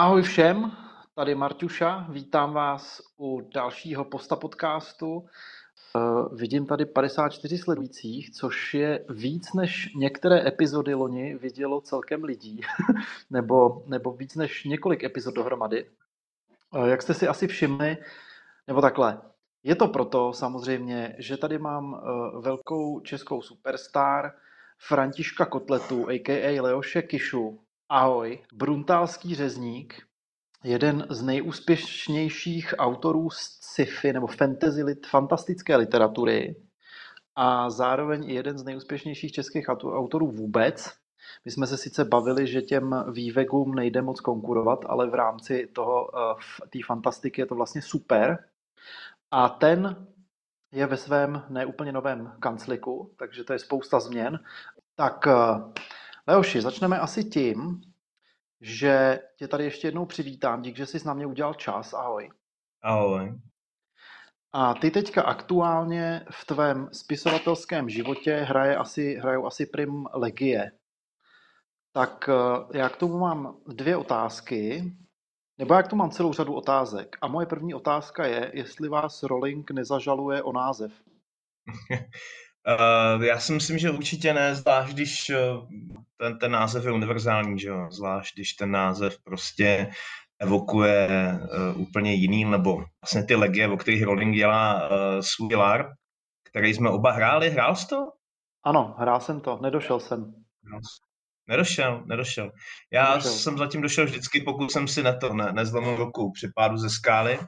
Ahoj všem, tady Marťuša, vítám vás u dalšího Posta podcastu. Vidím tady 54 sledujících, což je víc než některé epizody loni vidělo celkem lidí, nebo víc než několik epizod dohromady. Jak jste si asi všimli, nebo takhle, je to proto samozřejmě, že tady mám velkou českou superstar Františka Kotletu, a.k.a. Leoše Kišu. Ahoj, bruntálský řezník, jeden z nejúspěšnějších autorů sci-fi nebo fantastické literatury a zároveň i jeden z nejúspěšnějších českých autorů vůbec. My jsme se sice bavili, že těm vývegům nejde moc konkurovat, ale v rámci toho té fantastiky je to vlastně super. A ten je ve svém neúplně novém kancliku, takže to je spousta změn. Tak Leoši, začneme asi tím, že tě tady ještě jednou přivítám. Dík, že jsi na mě udělal čas. Ahoj. Ahoj. A ty teďka aktuálně v tvém spisovatelském životě hrajou asi prim Legie. Tak já k tomu mám dvě otázky, nebo já k tomu mám celou řadu otázek. A moje první otázka je, jestli vás Rowling nezažaluje o název. Já si myslím, že určitě ne, zvlášť když ten název je univerzální, že jo? Zvlášť když ten název prostě evokuje úplně jiný, nebo vlastně ty Legie, o kterých Rowling dělá svůj LARP, který jsme oba hráli. Hrál jsi to? Ano, hrál jsem to, nedošel jsem. Nedošel. Já jsem zatím došel vždycky, pokud jsem si nezlomil ruku při pádu ze skály,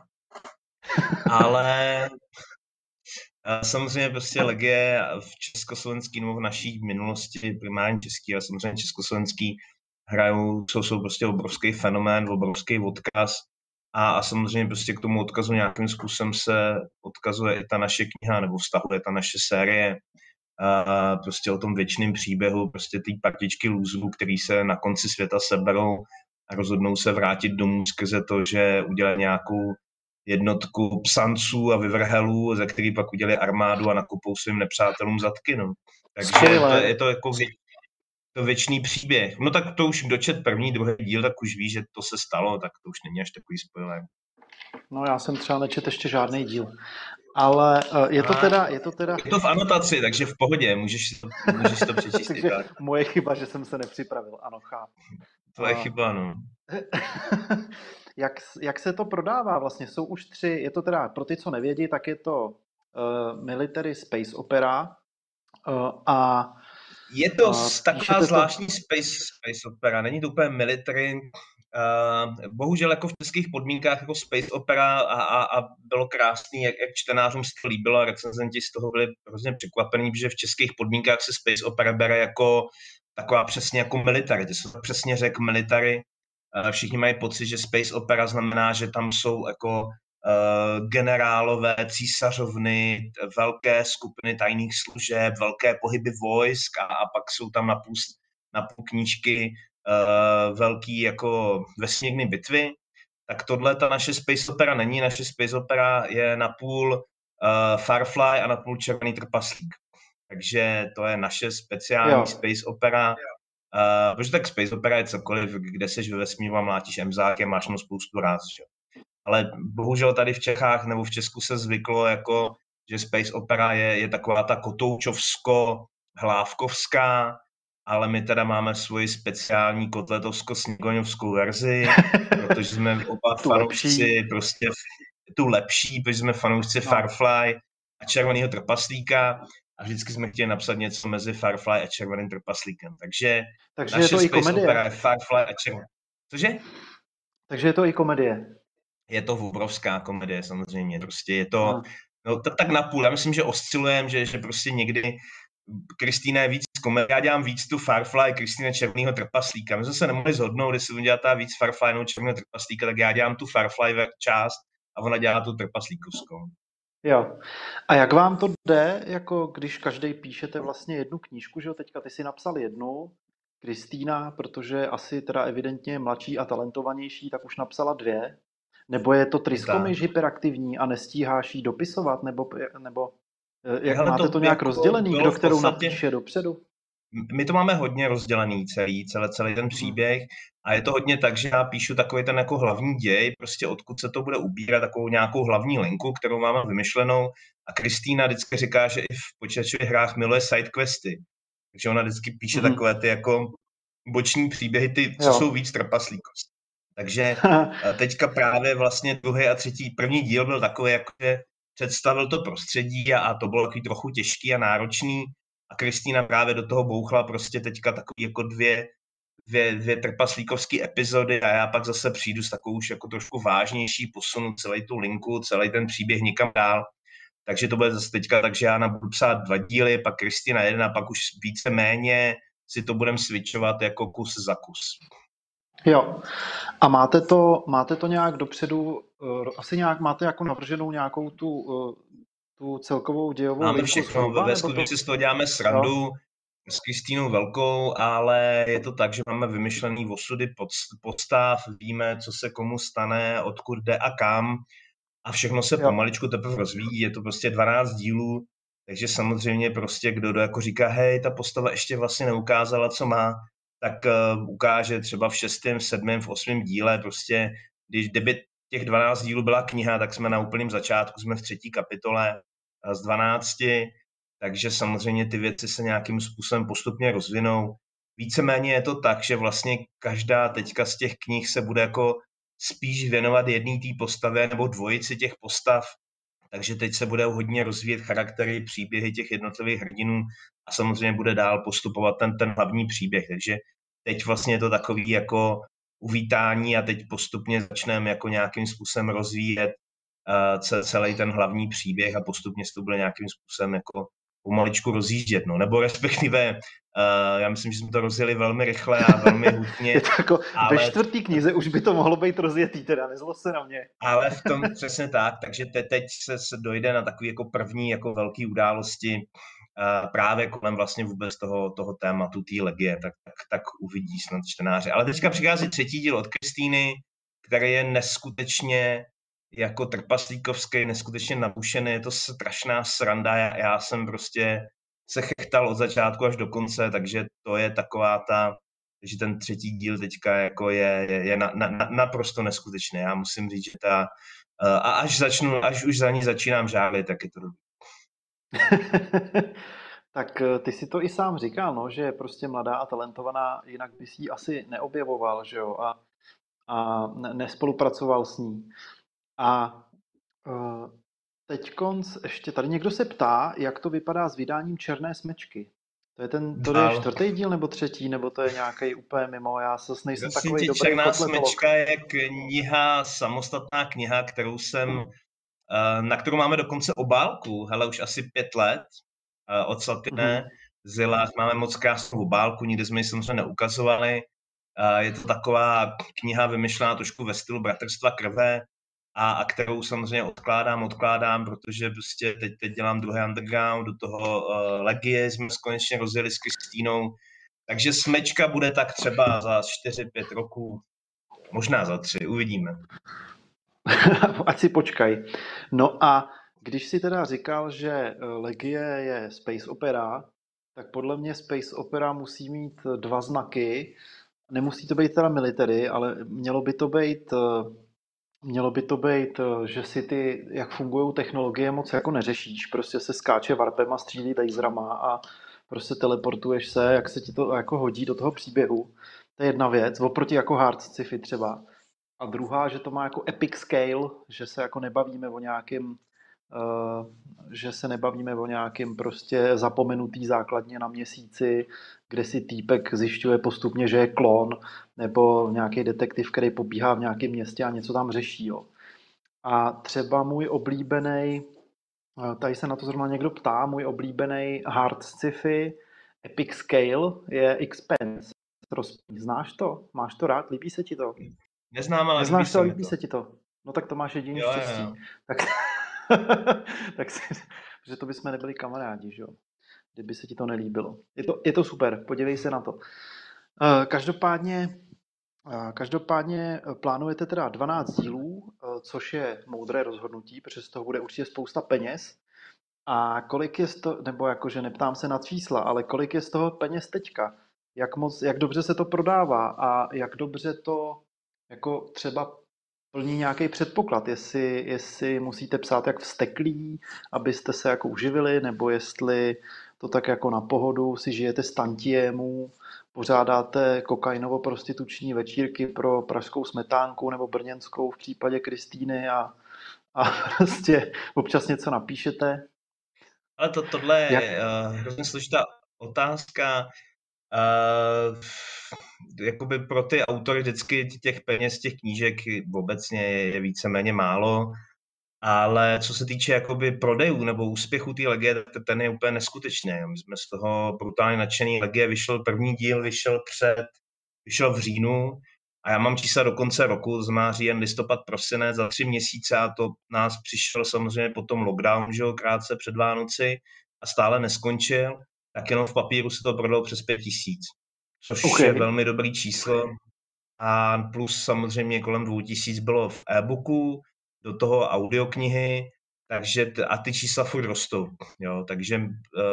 ale samozřejmě prostě Legie v československý nebo v naší minulosti, primárně český, ale samozřejmě československý, jsou prostě obrovský fenomén, obrovský odkaz a samozřejmě prostě k tomu odkazu nějakým způsobem se odkazuje i ta naše kniha nebo vztahuje ta naše série prostě o tom věčném příběhu prostě té partičky lůzrů, který se na konci světa seberou a rozhodnou se vrátit domů skrze to, že udělají nějakou jednotku psanců a vyvrhelů, ze který pak udělali armádu a nakupou svým nepřátelům zadky, no. Takže je to jako to věčný příběh. No tak to už dočet první, druhý díl, tak už ví, že to se stalo, tak to už není až takový spoiler. No já jsem třeba nečet ještě žádný díl. Ale je to teda... Je to v anotaci, takže v pohodě, můžeš si to přečíst. Takže moje chyba, že jsem se nepřipravil, ano, chápu. To je chyba, no. Jak se to prodává vlastně? Jsou už 3, je to teda, pro ty, co nevědí, tak je to Military Space Opera a... Je to taková zvláštní space opera, není to úplně military. Bohužel jako v českých podmínkách jako space opera a bylo krásný, jak čtenářům se to líbilo a recenzenti z toho byli hrozně překvapení, že v českých podmínkách se space opera bere jako taková přesně jako military, to se přesně řekl military. Všichni mají pocit, že space opera znamená, že tam jsou jako generálové, císařovny, velké skupiny tajných služeb, velké pohyby vojsk a pak jsou tam na půl knížky velký jako vesmírné bitvy. Tak tohle ta naše space opera není. Naše space opera je napůl Firefly a napůl Červený trpaslík. Takže to je naše speciální space opera. Protože tak space opera je cokoliv, kde seš ve vesmíru a mlátíš emzákem, máš mu spoustu ráz, že? Ale bohužel tady v Čechách nebo v Česku se zvyklo, jako, že space opera je taková ta kotoučovsko-hlávkovská, ale my teda máme svoji speciální kotletovsko-sněgoňovskou verzi, protože jsme oba fanoušci prostě tu lepší, protože jsme fanoušci Firefly a Červeného trpaslíka a vždycky jsme chtěli napsat něco mezi Firefly a Červeným trpaslíkem. Takže naše je to space opera je Firefly a Červený. Cože? Takže je to i komedie. Je to obrovská komedie samozřejmě, prostě je to tak napůl, já myslím, že oscilujeme, že prostě někdy Kristýna je víc komedie, já dělám víc tu Firefly, Kristýna Červeného trpaslíka, my jsme se nemohli shodnout, jestli on dělá víc Firefly nebo Červeného trpaslíka, tak já dělám tu Firefly část a ona dělá tu trpaslíkovskou. Jo. A jak vám to jde, jako když každý píšete vlastně jednu knížku, že jo, teďka ty si napsal jednu, Kristýna, protože asi teda evidentně mladší a talentovanější, tak už napsala 2. Nebo je to tryskomyš hyperaktivní a nestíháš jí dopisovat? Nebo jak máte to nějak rozdělený, kdo kterou napíše dopředu? my to máme hodně rozdělený celý ten příběh a je to hodně tak, že já píšu takový ten jako hlavní děj, prostě odkud se to bude ubírat, takovou nějakou hlavní linku, kterou máme vymyšlenou a Kristýna vždycky říká, že i v počítačových hrách miluje sidequesty, takže ona vždycky píše takové ty jako boční příběhy, ty, co jsou víc trpaslíkosti. Takže teďka právě vlastně druhý a první díl byl takový, jako že představil to prostředí a to bylo takový trochu těžký a náročný a Kristýna právě do toho bouchla prostě teďka takový jako dvě trpaslíkovské epizody a já pak zase přijdu s takovou už jako trošku vážnější, posunu celý tu linku, celý ten příběh někam dál. Takže to bude zase teďka, takže já budu psát 2 díly, pak Kristýna 1 a pak už víceméně si to budeme switchovat jako kus za kus. Jo. A máte to nějak dopředu, asi nějak máte jako navrženou nějakou tu celkovou dějovou Máme linku všechno, ve skutečnosti z toho děláme srandu s Kristýnou Velkou, ale je to tak, že máme vymyšlený osudy postav, víme, co se komu stane, odkud jde a kam a všechno se pomaličku teprve rozvíjí, je to prostě 12 dílů, takže samozřejmě prostě kdo jako říká, hej, ta postava ještě vlastně neukázala, co má, tak ukáže třeba v 6., 7., v 8. díle, prostě kdyby těch 12 dílů byla kniha, tak jsme na úplném začátku, jsme v 3. kapitole z 12, takže samozřejmě ty věci se nějakým způsobem postupně rozvinou. Víceméně je to tak, že vlastně každá teďka z těch knih se bude jako spíš věnovat jedné té postavě nebo dvojici těch postav, takže teď se bude hodně rozvíjet charaktery, příběhy těch jednotlivých hrdinů a samozřejmě bude dál postupovat ten hlavní příběh, takže teď vlastně je to takový jako uvítání a teď postupně začneme jako nějakým způsobem rozvíjet celý ten hlavní příběh a postupně se to bude nějakým způsobem jako pomaličku rozjíždět, no, nebo respektive já myslím, že jsme to rozjeli velmi rychle a velmi hutně. Je to jako ale ve 4. knize už by to mohlo být rozjetý, teda nezlob se na mě. Ale v tom přesně tak, takže teď se dojde na takový jako první jako velký události právě kolem vlastně vůbec toho tématu té legie, tak uvidí snad čtenáři. Ale teďka přichází 3. díl od Kristýny, který je neskutečně jako trpaslíkovský, neskutečně nabušený, je to strašná sranda, já jsem prostě se chechtal od začátku až do konce, takže to je taková že ten 3. díl teďka jako je naprosto neskutečný. Já musím říct, že až už za ní začínám žádlit, tak je to dobrý. Tak ty si to i sám říkal, no, že je prostě mladá a talentovaná, jinak bys ji asi neobjevoval, že jo, a nespolupracoval s ní. A teďkonc ještě tady někdo se ptá, jak to vypadá s vydáním Černé smečky. To je 4. díl nebo 3., nebo to je nějaký úplně mimo, já zase nejsem takový dobrý Černá smečka je samostatná kniha, na kterou máme dokonce obálku, hele, už asi 5 let od Slatine. Zilách máme moc krásnou obálku, nikdy jsme ji samozřejmě neukazovali. Je to taková kniha vymyšlená trošku ve stylu Bratrstva krve, a kterou samozřejmě odkládám, protože prostě teď dělám druhý underground, do toho Legie jsme konečně rozjeli s Kristýnou, takže smečka bude tak třeba za 4-5 roků, možná za 3, uvidíme. Ať si počkaj. No a když si teda říkal, že Legie je space opera, tak podle mě space opera musí mít 2 znaky. Nemusí to být teda military, ale mělo by to být, že si ty, jak fungují technologie, moc jako neřešíš. Prostě se skáče warpem a střílí laserama a prostě teleportuješ se, jak se ti to jako hodí do toho příběhu. To je jedna věc, oproti jako hard sci-fi třeba. A druhá, že to má jako epic scale, že se jako nebavíme o nějakým prostě zapomenutý základně na Měsíci, kde si týpek zjišťuje postupně, že je klon, nebo nějaký detektiv, který pobíhá v nějakém městě a něco tam řeší. Jo. A třeba můj oblíbený, tady se na to zrovna někdo ptá, můj oblíbený hard sci-fi epic scale je Expanse. Znáš to? Máš to rád? Líbí se ti to? Neznám, ale Neznáš to, líbí se ti to. No tak to máš jediný štěstí. Jo. Tak že to bychom nebyli kamarádi, že jo? Kdyby se ti to nelíbilo. Je to super, podívej se na to. Každopádně plánujete teda 12 dílů, což je moudré rozhodnutí, protože z toho bude určitě spousta peněz. A kolik je nebo jakože neptám se na čísla, ale kolik je z toho peněz teďka? Jak dobře se to prodává a jak dobře to jako třeba plní nějaký předpoklad, jestli musíte psát jak vzteklí, abyste se jako uživili, nebo jestli to tak jako na pohodu si žijete z tantiémů, pořádáte kokainovo-prostituční večírky pro pražskou smetánku nebo brněnskou v případě Kristýny a prostě občas něco napíšete. Ale tohle je hrozně složitá otázka. Jakoby pro ty autory vždycky těch peněz, těch knížek obecně je víceméně málo, ale co se týče jakoby prodejů nebo úspěchu té Legie, ten je úplně neskutečný. My jsme z toho brutálně nadšený. Legie vyšel, první díl vyšel v říjnu a já mám čísla do konce roku, to znamená říjen, listopad, prosinec, za 3 měsíce a to nás přišel samozřejmě potom lockdown, že jo, krátce před Vánoci a stále neskončil, tak jenom v papíru se to prodalo přes 5 000, což je velmi dobrý číslo a plus samozřejmě kolem 2 000 bylo v e-booku, do toho audioknihy, takže a ty čísla furt rostou, jo, takže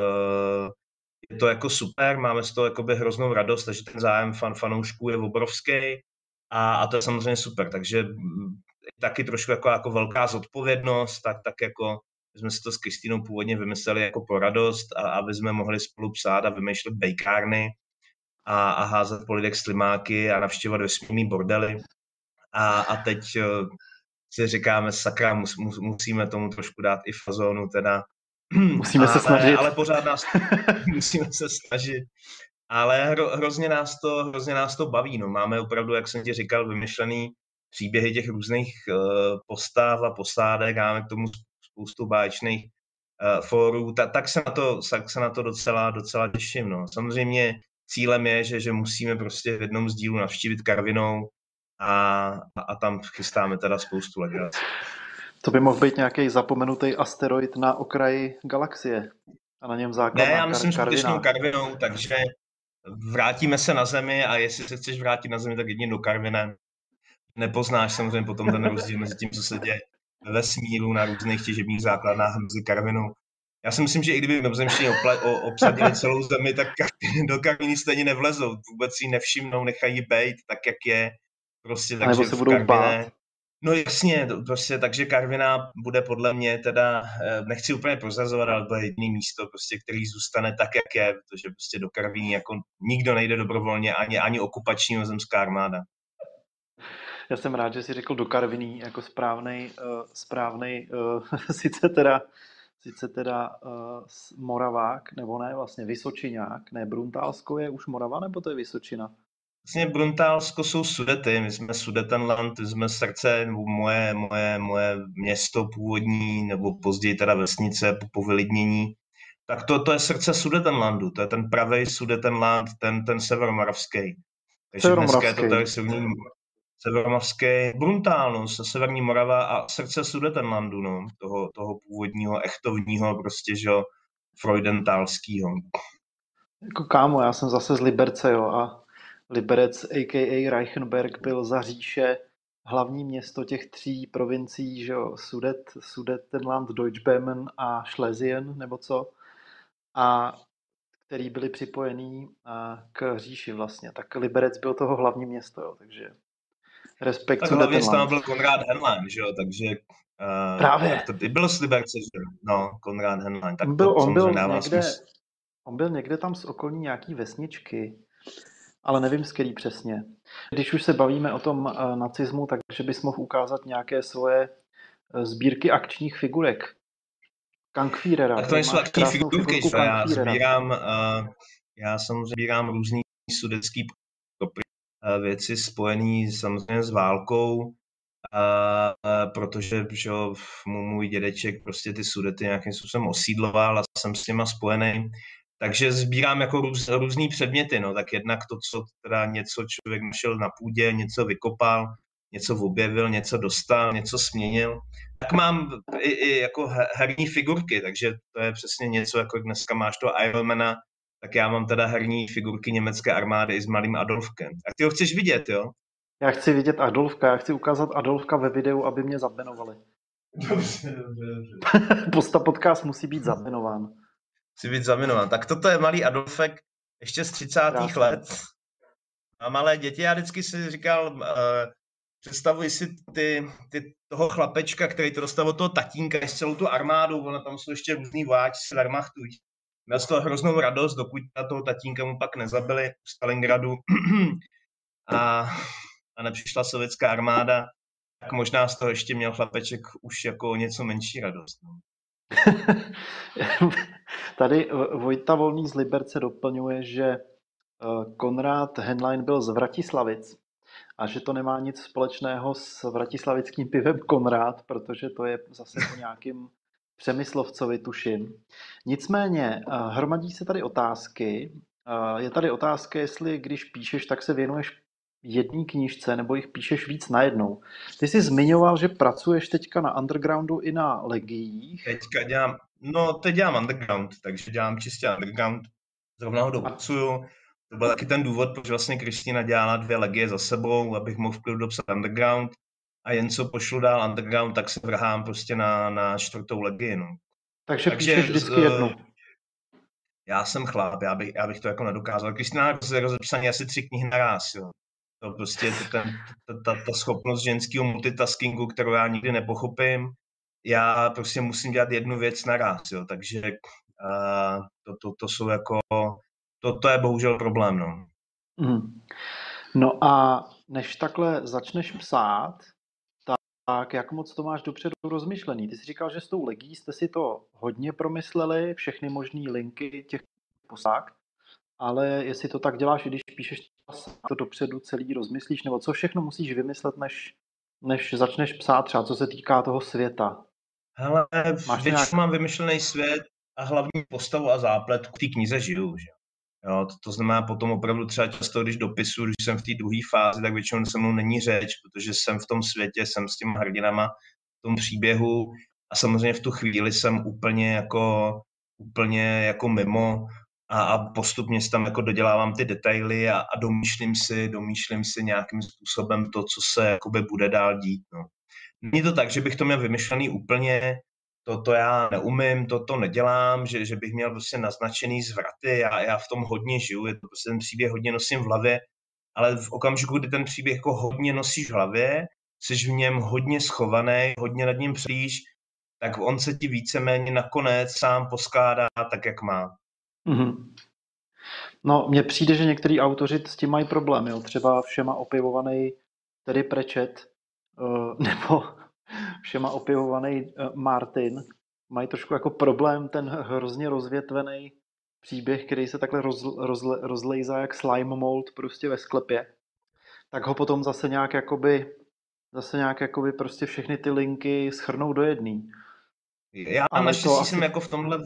je to jako super, máme z toho jakoby hroznou radost, takže ten zájem fanoušků je obrovský a to je samozřejmě super, takže taky trošku jako velká zodpovědnost, tak jako jsme si to s Kristýnou původně vymysleli jako pro radost, aby jsme mohli spolu psát a vymýšlet bejkárny a házet po lidech slimáky a navštěvovat vesmírný bordely a teď si říkáme, sakra, musíme tomu trošku dát i fazónu teda. Musíme se snažit. Ale pořád musíme se snažit. Ale hrozně nás to baví. No. Máme opravdu, jak jsem ti říkal, vymyšlený příběhy těch různých postav a posádek, máme k tomu spoustu báječných fórů, tak se na to docela těším. No. Samozřejmě cílem je, že musíme prostě v jednom z dílů navštívit Karvinou a tam chystáme teda spoustu legrací. To by mohl být nějaký zapomenutý asteroid na okraji galaxie a na něm základná Ne, já myslím skutečnou Karvinou, takže vrátíme se na Zemi a jestli se chceš vrátit na Zemi, tak jedině do Karviné. Nepoznáš samozřejmě potom ten rozdíl mezi tím, co se děje ve vesmíru na různých těžebních základnách mezi Karvinou. Já si myslím, že i kdyby mimozemštění obsadili celou Zemi, tak do Karviny stejně nevlezou. Vůbec si nevšimnou, nechají bejt tak, jak je. Prostě, takže se budou bát. No jasně, prostě, takže Karviná bude podle mě teda, nechci úplně prozrazovat, ale bude jediné místo, prostě, který zůstane tak, jak je, protože prostě do Karviní jako nikdo nejde dobrovolně, ani okupační zemská armáda. Já jsem rád, že jsi řekl do Karviní jako správnej sice teda Moravák, nebo ne, vlastně Vysočiňák, ne, Bruntálsko je už Morava, nebo to je Vysočina? Vlastně Bruntálsko jsou Sudety, my jsme Sudetenland, my jsme srdce, nebo moje město původní, nebo později teda vesnice po vylidnění. Tak to je srdce Sudetenlandu, to je ten pravý Sudetenland, ten severomoravský. Takže dneska je to tady silný severomoravský Bruntál, no, severní Morava a srdce Sudetenlandu, no, toho původního, echtovního, prostě, že freudentálskýho. Jako kámo, já jsem zase z Liberce, jo, a Liberec, a.k.a. Reichenberg, byl za říše hlavní město těch 3 provincií, že jo, Sudetenland, Deutschböhmen a Schlesien, nebo co, a který byli připojený k říši vlastně. Tak Liberec byl toho hlavní město, jo, takže respekt Sudetenland. Tak hlavně tam byl Konrad Henlein, že jo, takže právě. To byl z Liberce, že no, Konrad Henlein. Tak on byl někde tam z okolí nějaký vesničky, ale nevím, z který přesně. Když už se bavíme o tom nacismu, takže bys mohl ukázat nějaké svoje sbírky akčních figurek. Kankfírera. Tak to nejsou akční figurky, že já samozřejmě sbírám různý sudetský věci spojené samozřejmě s válkou, protože že můj dědeček prostě ty Sudety nějakým způsobem osídloval a jsem s nima spojený. Takže sbírám jako různý předměty, no, tak jednak to, co teda něco člověk našel na půdě, něco vykopal, něco objevil, něco dostal, něco směnil. Tak mám i jako herní figurky, takže to je přesně něco, jako dneska máš to Ironmana, tak já mám teda herní figurky německé armády i s malým Adolfkem. A ty ho chceš vidět, jo? Já chci vidět Adolfka, já chci ukázat Adolfka ve videu, aby mě zabenovali. Dobře. Posta podcast musí být zaminován. Musí být zaminován. Tak toto je malý Adolfek ještě z 30. Krásný. let. A malé děti, já vždycky si říkal, představuji si toho chlapečka, který to dostal od toho tatínka s celou tu armádu, ono tam jsou ještě různý vojáci z Wehrmachtu. Měl z toho hroznou radost, dokud na toho tatínka mu pak nezabili v Stalingradu a nepřišla sovětská armáda, tak možná z toho ještě měl chlapeček už jako něco menší radost. Tady Vojta Volný z Liberce doplňuje, že Konrád Henlein byl z Vratislavic a že to nemá nic společného s vratislavickým pivem Konrád, protože to je zase po nějakým Přemyslovcovi, tuším. Nicméně hromadí se tady otázky. Je tady otázka, jestli když píšeš, tak se věnuješ jedné knížce, nebo jich píšeš víc najednou. Ty jsi zmiňoval, že pracuješ teďka na undergroundu i na legiích. Teď dělám underground, takže dělám čistě underground. Zrovna ho dopracuju. To byl taky ten důvod, proč vlastně Kristýna dělala 2 legie za sebou, abych mohl v klidu dopsat underground. A jen co pošlu dál underground, tak se vrhám prostě na 4. legii. No. Takže píšeš vždycky jednu. Já jsem chlap, já bych to jako nedokázal. Kristýna je rozepsaný asi 3 knihy naraz. Jo. To prostě je ta schopnost ženského multitaskingu, kterou já nikdy nepochopím. Já prostě musím dělat jednu věc naraz, jo. Takže to jsou jako, to je bohužel problém, no. No a než takhle začneš psát, tak jak moc to máš dopředu rozmyšlený? Ty jsi říkal, že s tou legií jste si to hodně promysleli, všechny možný linky těch posák, ale jestli to tak děláš, i když píšeš to dopředu celý rozmyslíš, nebo co všechno musíš vymyslet, než začneš psát, třeba co se týká toho světa? Hele, většinou mám vymyšlený svět a hlavní postavu a zápletku v té knize žiju, že? Jo, to znamená potom opravdu třeba často, když dopisuju, když jsem v té druhé fázi, tak většinou se mnou není řeč, protože jsem v tom světě, jsem s těmi hrdinama v tom příběhu a samozřejmě v tu chvíli jsem úplně jako mimo a postupně si tam jako dodělávám ty detaily a domýšlím si nějakým způsobem to, co se jakoby bude dál dít. No. Není to tak, že bych to měl vymyšlený úplně, to já neumím, to nedělám, že bych měl prostě naznačený zvraty, já v tom hodně žiju, je to prostě ten příběh hodně nosím v hlavě, ale v okamžiku, kdy ten příběh jako hodně nosíš v hlavě, jsi v něm hodně schovaný, hodně nad ním přijít, tak on se ti víceméně nakonec sám poskládá tak, jak má. Mm-hmm. No, mně přijde, že některý autoři s tím mají problém, jo? Třeba všema opěvovaný Terry Pratchett, nebo všema opěvovaný Martin, mají trošku jako problém ten hrozně rozvětvený příběh, který se takhle rozlejzá jak slime mold prostě ve sklepě. Tak ho potom zase nějak jakoby prostě všechny ty linky shrnou do jedný. Já naštěstí jsem jako v tomhle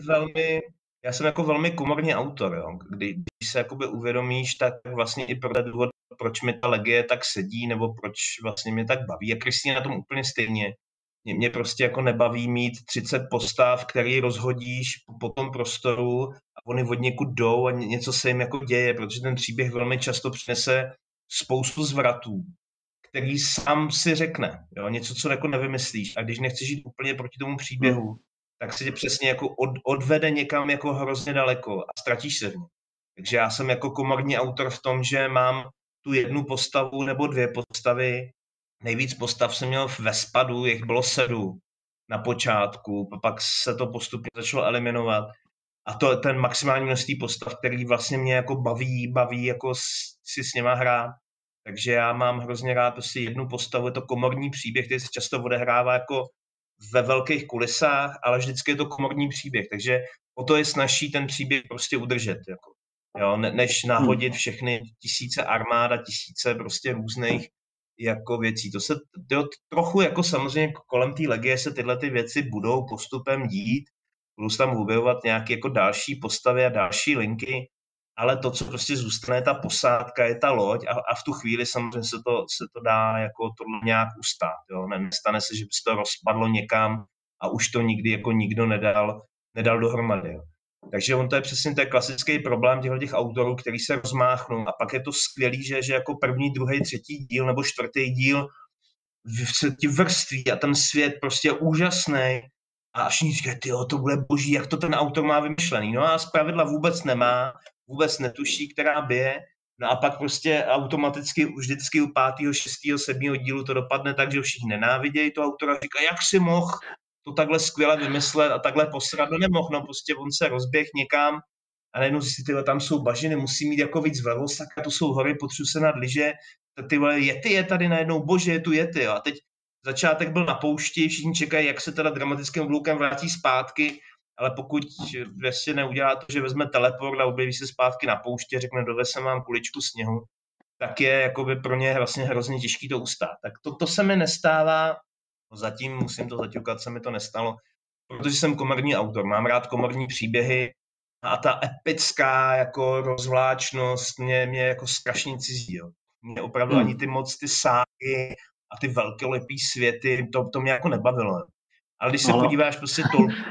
já jsem jako velmi komorní autor, jo. Když se jakoby uvědomíš, tak vlastně i pro ten důvod, proč mi ta legie tak sedí, nebo proč vlastně mě tak baví. A Kristýna na tom úplně stejně. Mě prostě jako nebaví mít 30 postav, který rozhodíš po tom prostoru a oni od někud jdou a něco se jim jako děje, protože ten příběh velmi často přinese spoustu zvratů, který sám si řekne, jo? Něco, co jako nevymyslíš. A když nechceš jít úplně proti tomu příběhu, tak se tě přesně jako odvede někam jako hrozně daleko a ztratíš se v něm. Takže já jsem jako komorní autor v tom, že mám tu jednu postavu nebo 2 postavy. Nejvíc postav jsem měl ve Spadu, jich bylo 7 na počátku, pak se to postupně začalo eliminovat. A to je ten maximální množství postav, který vlastně mě jako baví jako si s něma hrát. Takže já mám hrozně rád prostě jednu postavu, je to komorní příběh, který se často odehrává jako ve velkých kulisách, ale vždycky je to komorní příběh, takže o to je snazší ten příběh prostě udržet, jako, jo, než nahodit všechny tisíce armád a tisíce prostě různých jako věcí. To se trochu jako samozřejmě kolem té legie se tyhle ty věci budou postupem dít, budou se tam objevovat nějaké jako další postavy a další linky, ale to, co prostě zůstane, ta posádka, je ta loď a v tu chvíli samozřejmě se to dá jako tohle nějak ustát. Jo? Nestane se, že by se to rozpadlo někam a už to nikdy jako nikdo nedal dohromady. Jo? Takže to je přesně ten klasický problém těch autorů, který se rozmáchnou a pak je to skvělý, že jako první, druhý, třetí díl nebo čtvrtý díl se ti vrství a ten svět prostě je úžasný. A všichni říkají, tyjo, to bude boží, jak to ten autor má vymyšlený. No a zpravidla vůbec nemá, vůbec netuší, která bije. No a pak prostě automaticky vždycky u 5., 6., 7. dílu to dopadne tak, že všichni nenávidějí toho autora, říkají, jak si mohl to takhle skvěle vymyslet a takhle posrat. No nemohl, no prostě on se rozběh někam a najednou zjistí, tyhle, tam jsou bažiny, musí mít jako víc velosaka, to jsou hory, potřebuji se nad lyže, ty vole, Yeti je tady najednou, bože, je tu Yeti. A teď začátek byl na poušti, všichni čekají, jak se teda dramatickým obloukem vrátí zpátky, ale pokud vlastně neudělá to, že vezme teleport a objeví se zpátky na pouště, řekne, dovesem vám kuličku sněhu, tak je jakoby pro ně vlastně hrozně těžký to ustát. Tak to se mi nestává, zatím musím to zaťukat, se mi to nestalo, protože jsem komorní autor, mám rád komorní příběhy a ta epická jako rozvláčnost mě jako strašně cizí. Jo. Mě opravdu ani ty ságy a ty velkolepý světy, to mě jako nebavilo. Ale když se podíváš, prostě Tolkien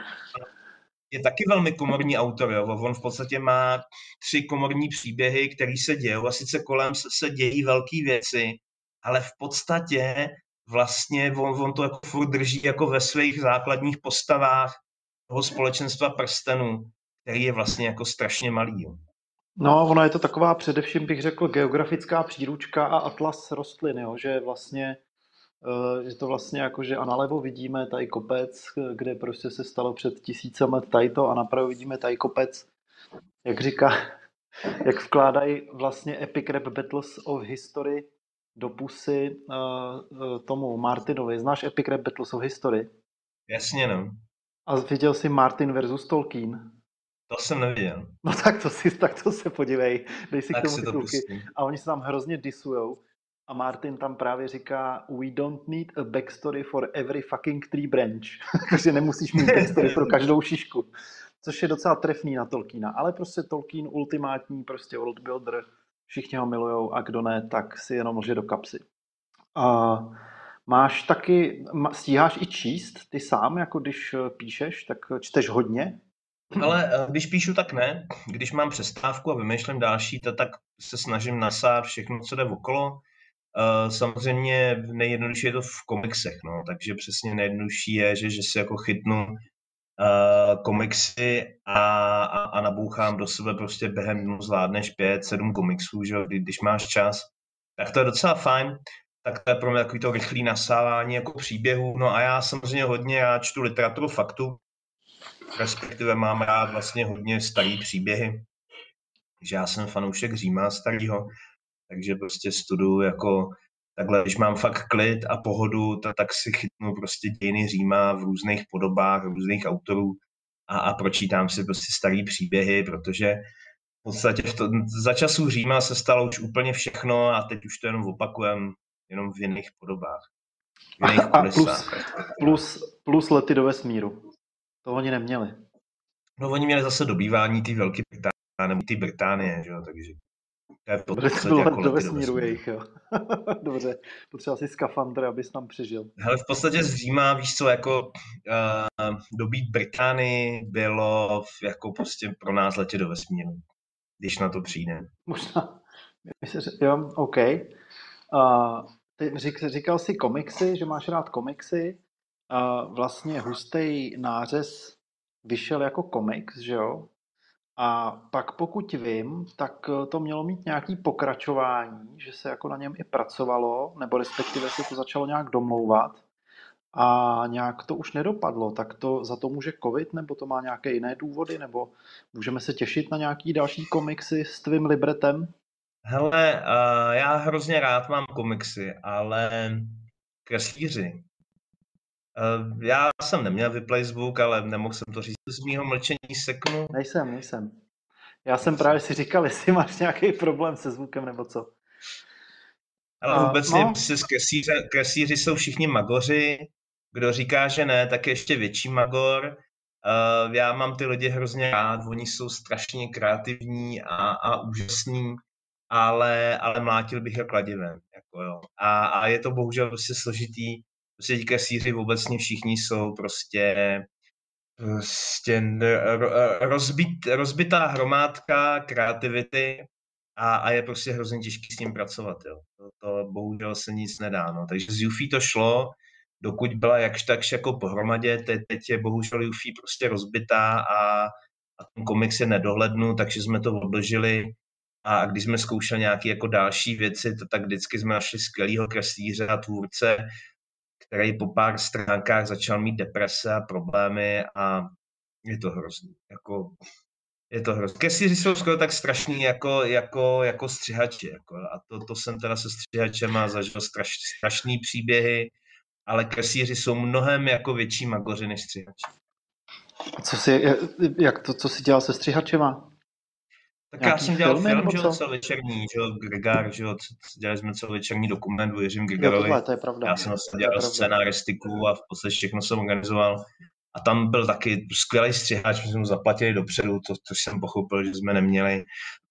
je taky velmi komorní autor. Jo. On v podstatě má 3 komorní příběhy, které se dějou a sice kolem se dějí velké věci, ale v podstatě vlastně on to jako furt drží jako ve svých základních postavách toho společenstva prstenů, který je vlastně jako strašně malý. Jo. No, ona je to taková především, bych řekl, geografická příručka a atlas rostlin, jo, že vlastně je to vlastně jako, že a nalevo vidíme tady kopec, kde prostě se stalo před 1000 let tajto a napravo vidíme tady kopec, jak říká, jak vkládají vlastně Epic Rap Battles of History do pusy tomu Martinovi. Znáš Epic Rap Battles of History? Jasně, no. A viděl jsi Martin versus Tolkien? To jsem neviděl. No tak to se podívej, dej si tak k tomu titulky. A oni se tam hrozně disujou. A Martin tam právě říká we don't need a backstory for every fucking tree branch. Takže nemusíš mít backstory pro každou šišku. Což je docela trefný na Tolkiena. Ale prostě Tolkien ultimátní prostě worldbuilder. Všichni ho milujou a kdo ne, tak si jenom lže do kapsy. A máš taky, stíháš i číst ty sám, jako když píšeš, tak čteš hodně? Ale když píšu, tak ne. Když mám přestávku a vymýšlím další, tak se snažím nasát všechno, co jde okolo. Samozřejmě nejjednodušší je to v komiksech, no, takže přesně nejjednodušší je, že si jako chytnu komiksy a nabouchám do sebe prostě během dnu zvládneš 5-7 komiksů, že když máš čas, tak to je docela fajn. Tak to je pro mě takový to rychlé nasávání jako příběhů. No a já samozřejmě hodně čtu literaturu faktu, respektive mám rád vlastně hodně starý příběhy, že já jsem fanoušek Říma starýho, takže prostě studuju jako takhle, když mám fakt klid a pohodu, tak si chytnu prostě dějiny Říma v různých podobách, různých autorů a pročítám si prostě starý příběhy, protože v podstatě za časů Říma se stalo už úplně všechno a teď už to jenom opakujem, jenom v jiných podobách. V jiných plus lety do vesmíru. To oni neměli. No oni měli zase dobývání té Velké Británie, nebo té Británie, že jo, takže Dobře, to bylo jako do vesmíru jejich, jo. Dobře, potřeba si skafandr, abys tam přežil. Hele, v podstatě z Říma, víš co, jako dobít Británii bylo jako prostě pro nás letět do vesmíru, když na to přijde. Možná, jo, OK. Ty říkal jsi komiksy, že máš rád komiksy. Vlastně Hustej nářez vyšel jako komiks, že jo? A pak pokud vím, tak to mělo mít nějaký pokračování, že se jako na něm i pracovalo, nebo respektive se to začalo nějak domlouvat a nějak to už nedopadlo. Tak to za to může covid, nebo to má nějaké jiné důvody, nebo můžeme se těšit na nějaký další komiksy s tvým libretem? Hele, já hrozně rád mám komiksy, ale kreslíři. Já jsem neměl vyplay zvuk, ale nemohl jsem to říct z mýho mlčení seknu. Nejsem. Já jsem právě si říkal, jestli máš nějaký problém se zvukem, nebo co. Ale obecně kreslíři jsou všichni magoři. Kdo říká, že ne, tak je ještě větší magor. Já mám ty lidi hrozně rád, oni jsou strašně kreativní a úžasní, ale mlátil bych je kladivem. Jako jo. A je to bohužel prostě složitý. Prostě ti kreslíři obecně všichni jsou prostě rozbitá hromádka kreativity a je prostě hrozně těžký s ním pracovat, jo. To bohužel se nic nedá, no. Takže z Yuffie to šlo, dokud byla jakž takž jako pohromadě, teď je bohužel Yuffie prostě rozbitá a ten komiks je nedohlednu, takže jsme to odložili. A když jsme zkoušeli nějaké jako další věci, tak vždycky jsme našli skvělýho kreslíře a tvůrce, který po pár stránkách začal mít deprese a problémy a je to hrozný. Je to hrozný. Kreslíři jsou skoro tak strašný jako střihači. A to jsem teda se střihačema zažil strašný příběhy, ale kreslíři jsou mnohem jako větší magoři než střihači. Co jsi dělal se střihačema? Tak já jsem dělal film, že jo, celovečerní, že jo, Grigar, že jo, dělali jsme celovečerní dokument o Jiřím Grigarovi. To je pravda. Já jsem vlastně dělal scénaristiku a v podstatě všechno jsem organizoval. A tam byl taky skvělý střihač, my jsme mu zaplatili dopředu, což jsem pochopil, že jsme neměli.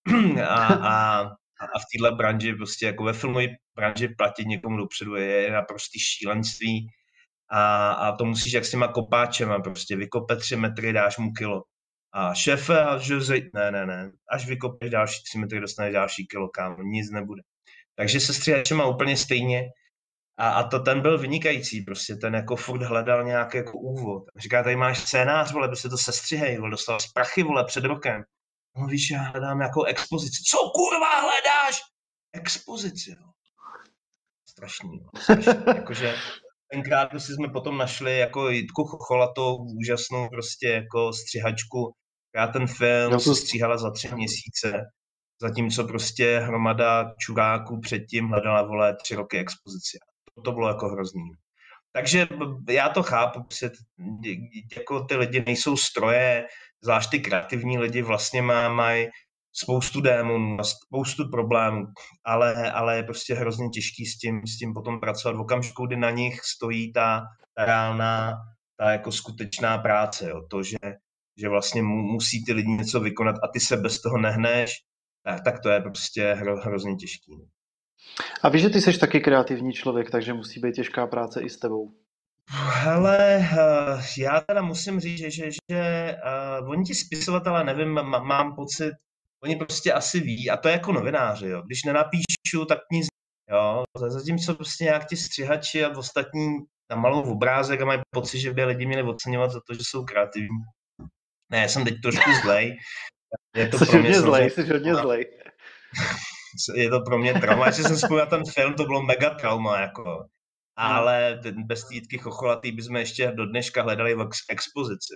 A v téhle branži, prostě jako ve filmové branži platit někomu dopředu je naprostý šílenství. A to musíš jak s těma kopáčema, prostě vykope 3 metry, dáš mu kilo. A šéfe, ne, až vykopeš další 3 metry, dostaneš další kilo, kámo, nic nebude. Takže se střihačema úplně stejně. A ten byl vynikající, prostě ten jako furt hledal nějaký jako úvod. Říká, tady máš scénář, vole, prostě to sestřihej, vole, dostal z prachy, vole, před rokem. No víš, já hledám jako expozici. Co kurva hledáš? Expozici, jo. Strašný. Jakože tenkrát prostě jsme potom našli jako Jitku Chocholatou, úžasnou prostě jako střihačku, která ten film se stříhala za 3 měsíce, zatímco prostě hromada čuráků předtím hledala, vole, 3 roky expozici. To bylo jako hrozný. Takže já to chápu, protože jako ty lidi nejsou stroje, zvlášť ty kreativní lidi vlastně mají spoustu démonů, spoustu problémů, ale je prostě hrozně těžký s tím potom pracovat v okamžiku, kdy na nich stojí ta reálná, ta jako skutečná práce, jo. To, že vlastně musí ty lidi něco vykonat a ty se bez toho nehneš, tak to je prostě hrozně těžký. A víš, že ty jsi taky kreativní člověk, takže musí být těžká práce i s tebou. Hele, já teda musím říct, že oni ti spisovatelé, nevím, mám pocit, oni prostě asi ví, a to je jako novináři, jo. Když nenapíšu, tak nic, jo. Zatímco prostě nějak ti střihači a ostatní tam malou obrázek a mají pocit, že by lidi měli oceňovat za to, že jsou kreativní. Ne, já jsem teď trošku zlej. Je to pro mě hodně zlej. Je to pro mě trauma. Jestli jsem vzpomněl ten film, to bylo mega trauma, jako. Ale bez té Jitky Chocholatý bychom ještě do dneška hledali v expozici.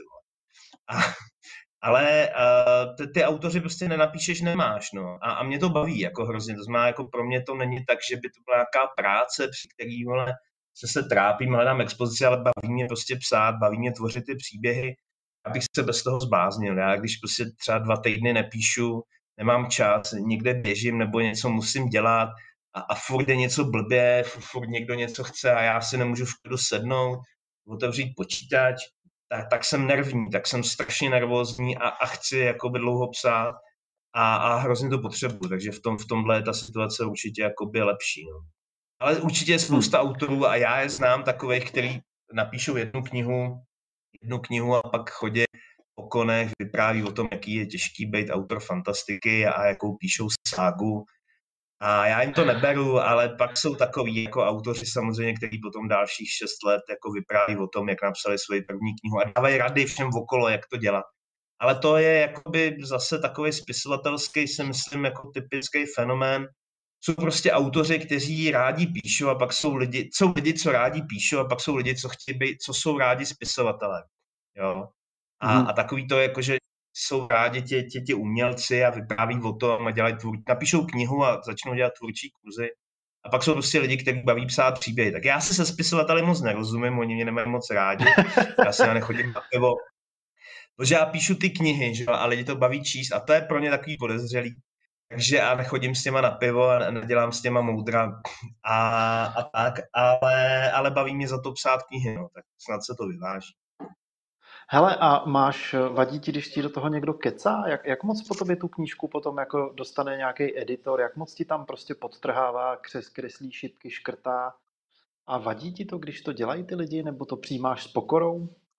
Ale ty autoři prostě nenapíšeš, nemáš, no. A mě to baví, jako hrozně. To znamená, jako pro mě to není tak, že by to byla nějaká práce, při který, vole, se trápím, hledám expozici, ale baví mě prostě psát, baví mě tvořit ty příběhy, abych se bez toho zbláznil. Já když prostě třeba 2 týdny nepíšu, nemám čas, někde běžím nebo něco musím dělat a furt je něco blbě, furt někdo něco chce a já si nemůžu v klidu sednout, otevřít počítač, tak jsem nervní, tak jsem strašně nervózní a chci jakoby dlouho psát a hrozně to potřebuji, takže v tomhle je ta situace určitě jakoby lepší. No. Ale určitě je spousta autorů a já je znám takových, kteří napíšou jednu knihu a pak chodí po konech, vypráví o tom, jaký je těžký být autor fantastiky a jakou píšou ságu. A já jim to neberu, ale pak jsou takový jako autoři samozřejmě, kteří potom dalších 6 let jako vypráví o tom, jak napsali svoji první knihu a dávají rady všem okolo, jak to dělat. Ale to je jakoby zase takový spisovatelský, si myslím, jako typický fenomén. Jsou prostě autoři, kteří rádi píšou a pak jsou lidi, co rádi píšou a pak jsou lidi, co jsou rádi spisovatelé. Jo? A takový to jako, že jsou rádi ti umělci a vypráví o tom a napíšou knihu a začnou dělat tvůrčí kurzy. A pak jsou prostě lidi, kteří baví psát příběhy. Tak já se spisovateli moc nerozumím, oni mě nemají moc rádi. Já se nechodím na pivo. Protože já píšu ty knihy, že? A lidi to baví číst a to je pro ně takový podezřelý. Takže já nechodím s těma na pivo a nedělám s těma moudra a tak, ale baví mě za to psát knihy, no, tak snad se to vyváží. Hele, a vadí ti, když ti do toho někdo kecá? Jak moc po tobě tu knížku potom jako dostane nějaký editor? Jak moc ti tam prostě podtrhává, kreslí šipky, škrtá? A vadí ti to, když to dělají ty lidi, nebo to přijímáš s pokorou?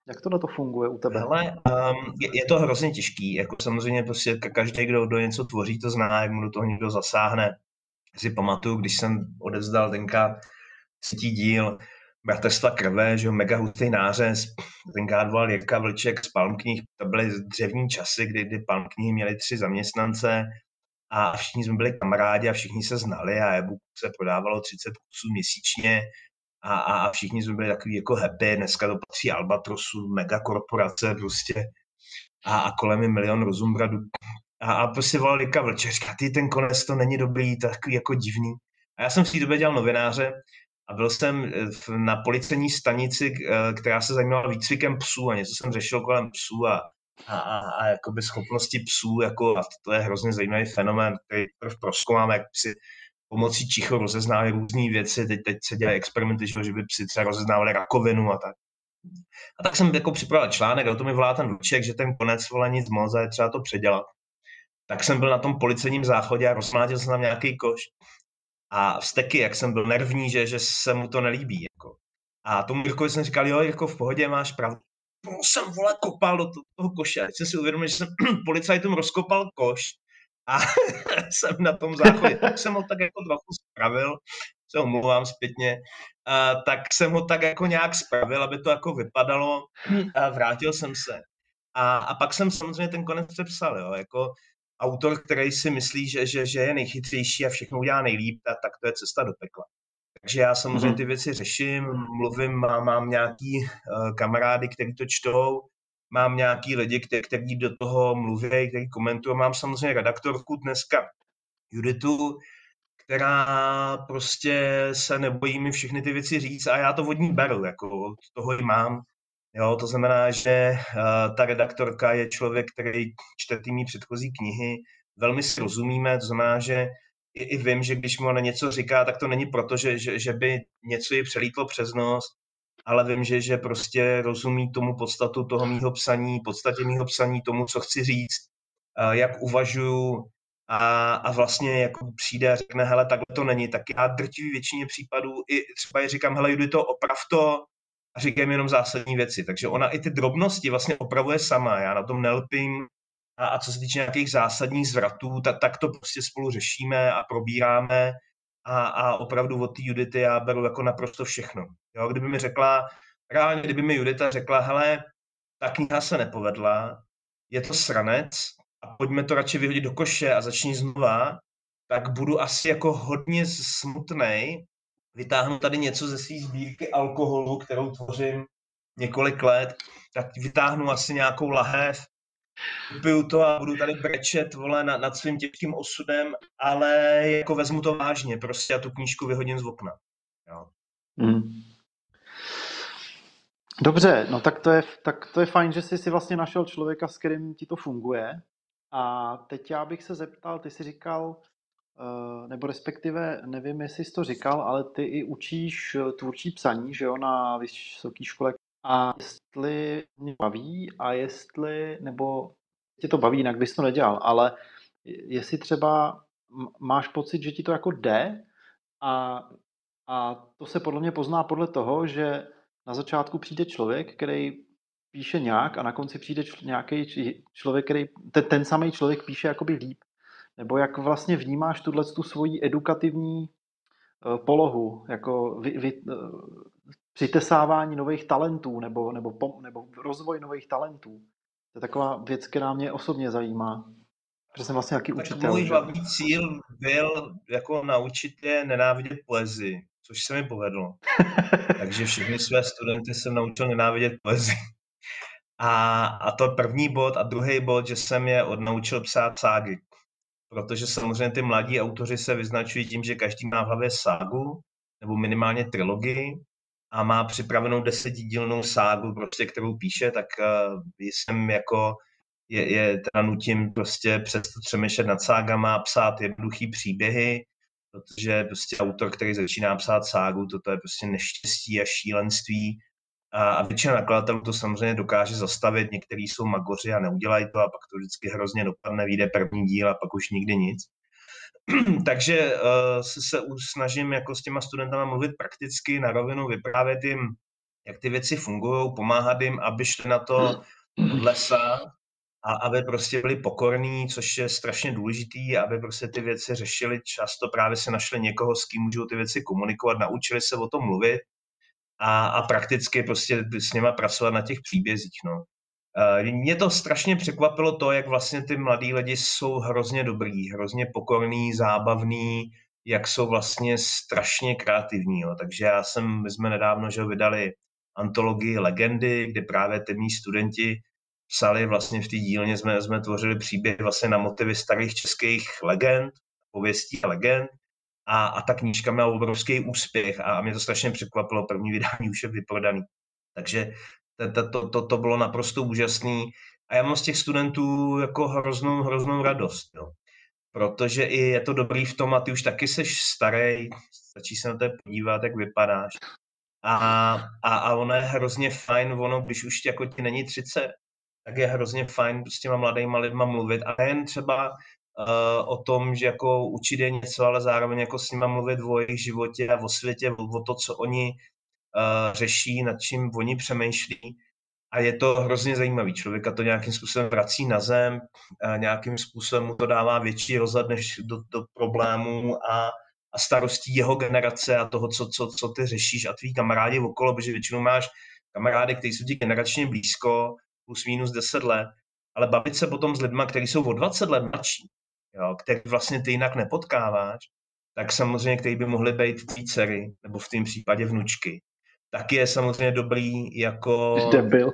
Jak to na to funguje u tebe? Hele, je to hrozně těžký, jako samozřejmě prostě každý, kdo něco tvoří, to zná, jak mu do toho někdo zasáhne. Si pamatuju, když jsem odevzdal tenkrát 3. díl Bratrstva krve, že jo, mega hustý nářez, tenkrát volal Jirka Vlček z Palm knih, to byly dřevní časy, kdy Palm knihy měly 3 zaměstnance a všichni jsme byli kamarádi a všichni se znali a e-book se prodávalo 30 kusů měsíčně a všichni jsme byli takový jako happy, dneska to patří Albatrosu, mega korporace prostě a kolem je milion rozumbradů. A prostě volal Jirka Vlček, říká, ty ten konec to není dobrý, to takový jako divný. A já jsem v té době dělal novináře a byl jsem na policejní stanici, která se zajímala výcvikem psů a něco jsem řešil kolem psů a jakoby schopnosti psů, jako, a to je hrozně zajímavý fenomén, který prozkoumáme, jak psi pomocí čicho rozeznávají různé věci, teď se dělají experimenty, že by psi třeba rozeznávali rakovinu a tak. A tak jsem jako připravil článek, a to mi volá ten Vlček, že ten konec volá nic moc a je třeba to předělat. Tak jsem byl na tom policejním záchodě a rozmlátil jsem tam nějaký koš. A vzteky, jak jsem byl nervní, že se mu to nelíbí. Jako. A tomu Jirkovi jsem říkal, jo, Jirko, v pohodě, máš pravdu. No, jsem, vole, kopal do toho koše. A teď jsem si uvědomil, že jsem policajtům rozkopal koš a jsem na tom záchodě. Tak jsem ho tak jako trochu spravil, se omlouvám zpětně, tak jsem ho tak jako nějak spravil, aby to jako vypadalo. A vrátil jsem se. A pak jsem samozřejmě ten konec přepsal, jo, jako autor, který si myslí, že je nejchytřejší a všechno udělá nejlíp, tak to je cesta do pekla. Takže já samozřejmě ty věci řeším, mluvím, mám nějaký kamarády, kteří to čtou, mám nějaký lidi, kteří do toho mluví, kteří komentují, mám samozřejmě redaktorku dneska, Juditu, která prostě se nebojí mi všechny ty věci říct a já to od ní beru, jako od toho i mám. Jo, to znamená, že ta redaktorka je člověk, který čte ty mý předchozí knihy, velmi si rozumíme, to znamená, že i vím, že když mu ona něco říká, tak to není proto, že by něco ji přelítlo přes nos, ale vím, že prostě rozumí tomu podstatu toho mýho psaní, podstatě mýho psaní, tomu, co chci říct, jak uvažuju a vlastně jako přijde a řekne, hele, takhle to není, tak já drtivý většině případů i třeba ji říkám, hele, Judy, to oprav to, a říkám jenom zásadní věci. Takže ona i ty drobnosti vlastně opravuje sama. Já na tom nelpím. A co se týče nějakých zásadních zvratů, tak to prostě spolu řešíme a probíráme. A opravdu od té Judity já beru jako naprosto všechno. Jo, kdyby mi řekla, reálně kdyby mi Judita řekla, hele, ta kniha se nepovedla, je to sranec a pojďme to radši vyhodit do koše a začni znova, tak budu asi jako hodně smutnej, vytáhnu tady něco ze své sbírky alkoholu, kterou tvořím několik let, tak vytáhnu asi nějakou lahev, vypiju to a budu tady brečet, vole, nad svým těžkým osudem, ale jako vezmu to vážně, prostě a tu knížku vyhodím z okna. Jo. Dobře, no tak to je fajn, že jsi si vlastně našel člověka, s kterým ti to funguje. A teď já bych se zeptal, ty jsi říkal, nebo respektive nevím, jestli jsi to říkal, ale ty i učíš tvůrčí psaní, že jo, na vysoké škole. A jestli mě baví a jestli, nebo tě to baví, jinak bys to nedělal, ale jestli třeba máš pocit, že ti to jako jde a to se podle mě pozná podle toho, že na začátku přijde člověk, který píše nějak a na konci přijde nějaký člověk, který ten samý člověk píše jakoby líp. Nebo jak vlastně vnímáš tu svoji edukativní polohu, jako přitesávání nových talentů nebo rozvoj nových talentů. To je taková věc, která mě osobně zajímá. Protože jsem vlastně nějaký učitel. Můj hlavní cíl byl jako naučit je nenávidět poezii, což se mi povedlo. Takže všechny své studenty jsem naučil nenávidět poezii. A to je první bod. A druhý bod, že jsem je odnaučil psát ságy. Protože samozřejmě ty mladí autoři se vyznačují tím, že každý má v hlavě ságu, nebo minimálně trilogii, a má připravenou 10dílnou ságu, prostě, kterou píše, tak jsem jako je teda nutím prostě přestat přemýšlet nad ságama, psát jednoduchý příběhy, protože prostě autor, který začíná psát ságu, to je prostě neštěstí a šílenství. A většina nakladatelů to samozřejmě dokáže zastavit, někteří jsou magoři a neudělají to a pak to vždycky hrozně dopadne, vyjde první díl a pak už nikdy nic. Takže se snažím jako s těma studentama mluvit prakticky, na rovinu, vyprávět jim jak ty věci fungují, pomáhat jim, aby šli na to od lesa a aby prostě byli pokorní, což je strašně důležitý, aby prostě ty věci řešili. Často právě se našli někoho, s kým můžou ty věci komunikovat, naučili se o tom mluvit a prakticky prostě s nima pracovat na těch příbězích. No. Mě to strašně překvapilo to, jak vlastně ty mladí lidi jsou hrozně dobrý, hrozně pokorný, zábavný, jak jsou vlastně strašně kreativní. Jo. Takže my jsme nedávno vydali antologii Legendy, kde právě ty mý studenti psali vlastně v té dílně, jsme tvořili příběhy vlastně na motivy starých českých legend, pověstí a legend. A ta knížka měla obrovský úspěch a mě to strašně překvapilo, první vydání už je vyprodaný. Takže to bylo naprosto úžasný a já mám z těch studentů jako hroznou radost, jo. Protože i je to dobrý v tom a ty už taky seš starý, stačí se na to podívat, jak vypadáš. A ono je hrozně fajn, když už jako ti není 30, tak je hrozně fajn s těma mladýma lidma mluvit a nejen třeba o tom, že jako učit je něco, ale zároveň jako s nima mluvit o jejich životě a o světě, o to, co oni řeší, nad čím oni přemýšlí. A je to hrozně zajímavý. Člověka to nějakým způsobem vrací na zem, nějakým způsobem mu to dává větší rozhled než do problémů a starostí jeho generace a toho, co ty řešíš a tví kamarádi okolo, protože většinou máš kamarády, kteří jsou ti generačně blízko, plus minus 10 let, ale bavit se potom s lidma, kteří jsou o 20 let mladší, jo, který vlastně ty jinak nepotkáváš, tak samozřejmě, kteří by mohli být tvý dcery, nebo v tom případě vnučky, tak je samozřejmě dobrý jako... Debil.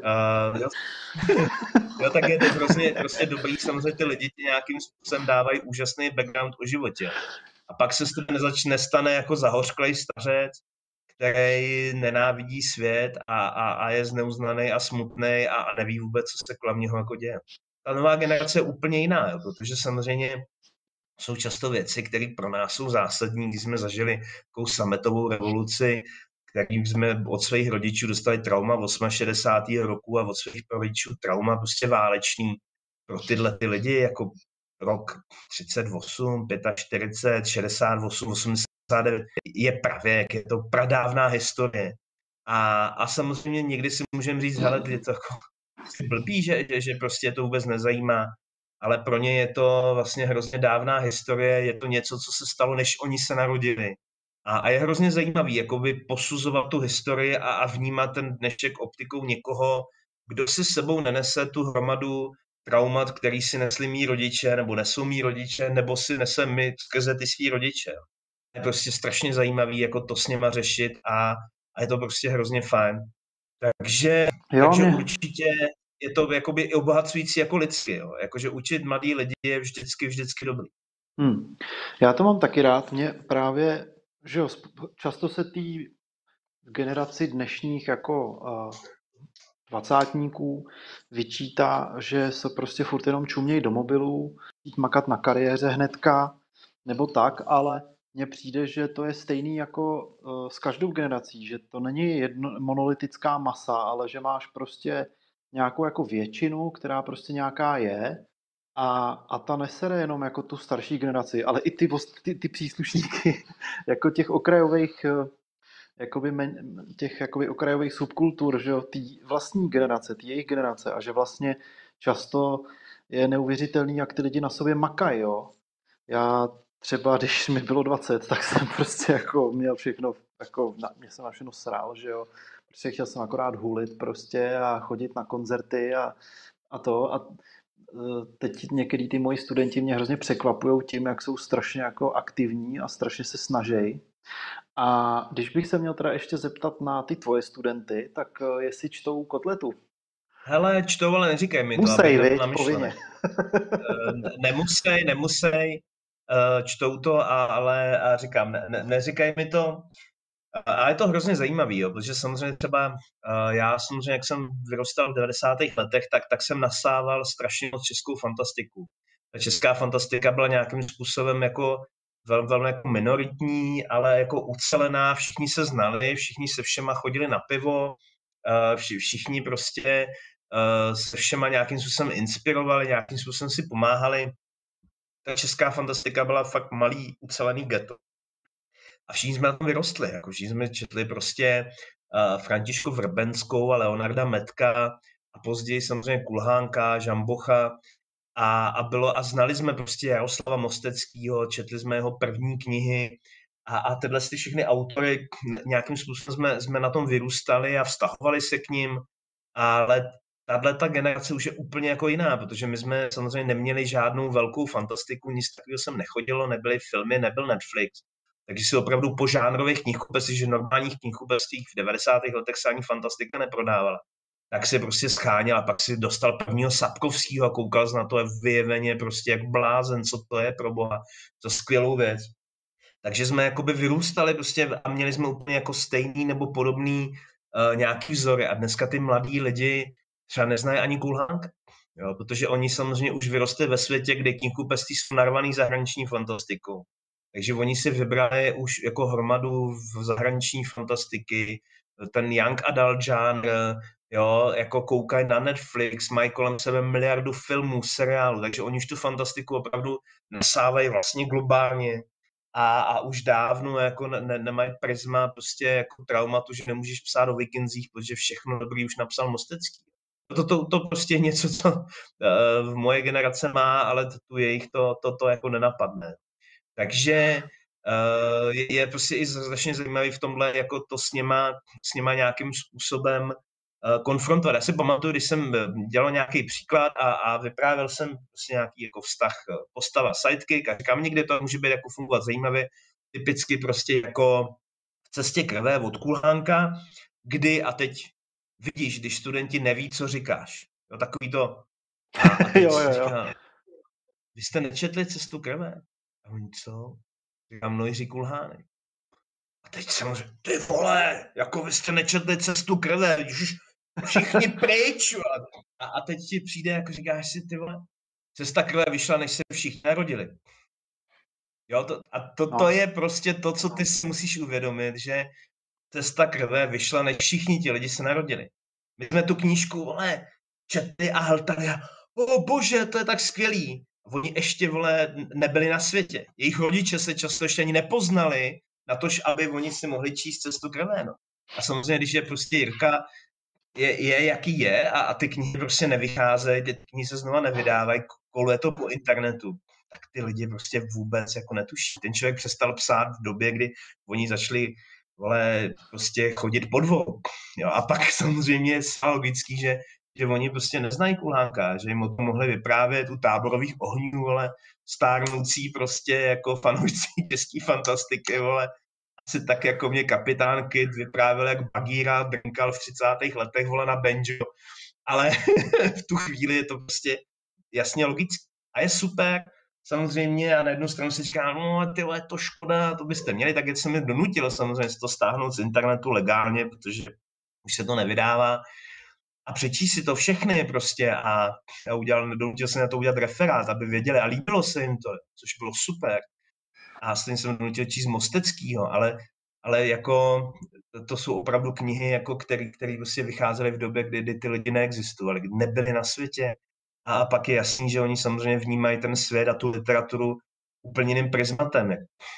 Jo, tak je to prostě dobrý, samozřejmě ty lidi ti nějakým způsobem dávají úžasný background o životě. A pak se z tebe nestane jako zahořklej stařec, který nenávidí svět a je zneuznaný a smutný a neví vůbec, co se kolem něho jako děje. Ta nová generace je úplně jiná, jo, protože samozřejmě jsou často věci, které pro nás jsou zásadní, když jsme zažili takovou sametovou revoluci, kterým jsme od svých rodičů dostali trauma 68. roku a od svých rodičů trauma prostě válečný. Pro tyhle ty lidi jako rok 38, 45, 68, 89 je pravěk, je to pradávná historie. A samozřejmě někdy si můžeme říct, hele, je to jako blbý, že prostě to vůbec nezajímá, ale pro ně je to vlastně hrozně dávná historie, je to něco, co se stalo, než oni se narodili. A je hrozně zajímavý jakoby posuzovat tu historii a vnímat ten dnešek optikou někoho, kdo si s sebou nenese tu hromadu traumat, který si nesli mý rodiče, nebo nesou mý rodiče, nebo si nesem my skrze ty svý rodiče. Je prostě strašně zajímavý jako to s něma řešit a je to prostě hrozně fajn. Takže určitě je to jakoby i obohacující jako lidsky, jo. Jakože učit mladý lidi je vždycky dobrý. Já to mám taky rád. Mě právě, že jo, často se tý generaci dnešních jako dvacátníků vyčítá, že se prostě furt jenom čumějí do mobilů, jít makat na kariéře hnedka, nebo tak, ale mně přijde, že to je stejný jako s každou generací, že to není monolitická masa, ale že máš prostě nějakou jako většinu, která prostě nějaká je a ta nesere jenom jako tu starší generaci, ale i ty příslušníky jako těch okrajových těch jakoby okrajových subkultur, že jo, tý vlastní generace, tý jejich generace a že vlastně často je neuvěřitelný, jak ty lidi na sobě makají, jo. Já třeba, když mi bylo 20, tak jsem prostě jako měl všechno, jako mě jsem na všechno srál, že jo. Prostě chtěl jsem akorát hulit prostě a chodit na koncerty a to. A teď některý ty moji studenti mě hrozně překvapují tím, jak jsou strašně jako aktivní a strašně se snaží. A když bych se měl teda ještě zeptat na ty tvoje studenty, tak jestli čtou Kotletu? Hele, čtou, ale neříkej mi to, musej, aby to povinně. Nemusej, čtou to, ale říkám, neříkej mi to. A je to hrozně zajímavý, jo, protože samozřejmě třeba já samozřejmě, jak jsem vyrůstal v 90. letech, tak jsem nasával strašně moc českou fantastiku. Ta česká fantastika byla nějakým způsobem jako velmi jako minoritní, ale jako ucelená, všichni se znali, všichni se všema chodili na pivo, všichni prostě se všema nějakým způsobem inspirovali, nějakým způsobem si pomáhali. Ta česká fantastika byla fakt malý, ucelený ghetto. A všichni jsme na tom vyrostli, jako všichni jsme četli prostě Františku Vrbenskou a Leonarda Metka a později samozřejmě Kulhánka, Žambocha a znali jsme prostě Jaroslava Mosteckýho, četli jsme jeho první knihy a tyhle ty všechny autory nějakým způsobem jsme na tom vyrůstali a vztahovali se k ním, ale ta generace už je úplně jako jiná, protože my jsme samozřejmě neměli žádnou velkou fantastiku, nic takového sem nechodilo, nebyly filmy, nebyl Netflix, takže si opravdu po žánrových knihkupectvích, že normálních knihkupectvích v 90. letech se ani fantastika neprodávala, tak si prostě scháněl a pak si dostal prvního Sapkovského a koukal jsi na to vyjeveně prostě jak blázen, co to je pro boha, to skvělou věc. Takže jsme jakoby vyrůstali prostě a měli jsme úplně jako stejný nebo podobný nějaký vzory a dneska ty mladí lidi třeba neznají ani Kulhánka, jo, protože oni samozřejmě už vyrostli ve světě, kde knihkupectví jsou narvaný zahraniční fantastikou. Takže oni si vybrali už jako hromadu v zahraniční fantastiky, ten young adult žánr, jo, jako koukají na Netflix, mají kolem sebe miliardu filmů, seriálů, takže oni už tu fantastiku opravdu nasávají vlastně globálně a už dávno jako nemají prisma prostě jako traumatu, že nemůžeš psát o Vikingzích, protože všechno dobrý už napsal Mostecký. To prostě je něco, co v moje generace má, ale tu jejich to jako nenapadne. Takže je prostě i strašně zajímavý v tomhle, jako to s něma nějakým způsobem konfrontovat. Já si pamatuju, když jsem dělal nějaký příklad a vyprávěl jsem prostě nějaký jako vztah postava sidekick a říkám, někde to může být jako fungovat zajímavě, typicky prostě jako v Cestě krve od Kulhánka, kdy a teď vidíš, když studenti neví, co říkáš. Jo, takový to. A teď jo. říká, vy jste nečetli Cestu krve? A oni co? Říkám, no Jiří Kulhánek. A teď samozřejmě, ty vole, jako vy jste nečetli Cestu krve, už všichni pryč. A teď ti přijde, jako říkáš si, ty vole, Cesta krve vyšla, než se všichni narodili. Jo, to je prostě to, co ty si musíš uvědomit, že Cesta krve vyšla, než všichni ti lidi se narodili. My jsme tu knížku, vole, četli a hltali a bože, to je tak skvělý. A oni ještě, vole, nebyli na světě. Jejich rodiče se často ještě ani nepoznali, na tož, aby oni si mohli číst Cestu krve, no. A samozřejmě, když je prostě Jirka, je jaký je a ty knihy prostě nevycházejí, ty knihy se znova nevydávají, koluje to po internetu, tak ty lidi prostě vůbec jako netuší. Ten člověk přestal psát v době, kdy oni začali, vole, prostě chodit po dvou. Jo, a pak samozřejmě je logický, že oni prostě neznají Kulhánka, že jim o tom mohli vyprávět u Táborových ohňů, vole, stárnoucí prostě jako fanoušci český fantastiky, vole, asi tak jako mě kapitán Kid vyprávěl, jak Bagheera drnkal v 30. letech, vole, na banjo, ale v tu chvíli je to prostě jasně logické. A je super, samozřejmě, a na jednu stranu si říká, no tyhle, je to škoda, to byste měli, tak jsem mi donutil samozřejmě si to stáhnout z internetu legálně, protože už se to nevydává. A přečíst si to všechny prostě a donutil jsem na to udělat referát, aby věděli a líbilo se jim to, což bylo super. A stejně jsem donutil číst Mosteckýho, ale jako to jsou opravdu knihy, jako které prostě vycházely v době, kdy ty lidi neexistovali, kdy nebyli na světě. A pak je jasný, že oni samozřejmě vnímají ten svět a tu literaturu úplně jiným prismatem.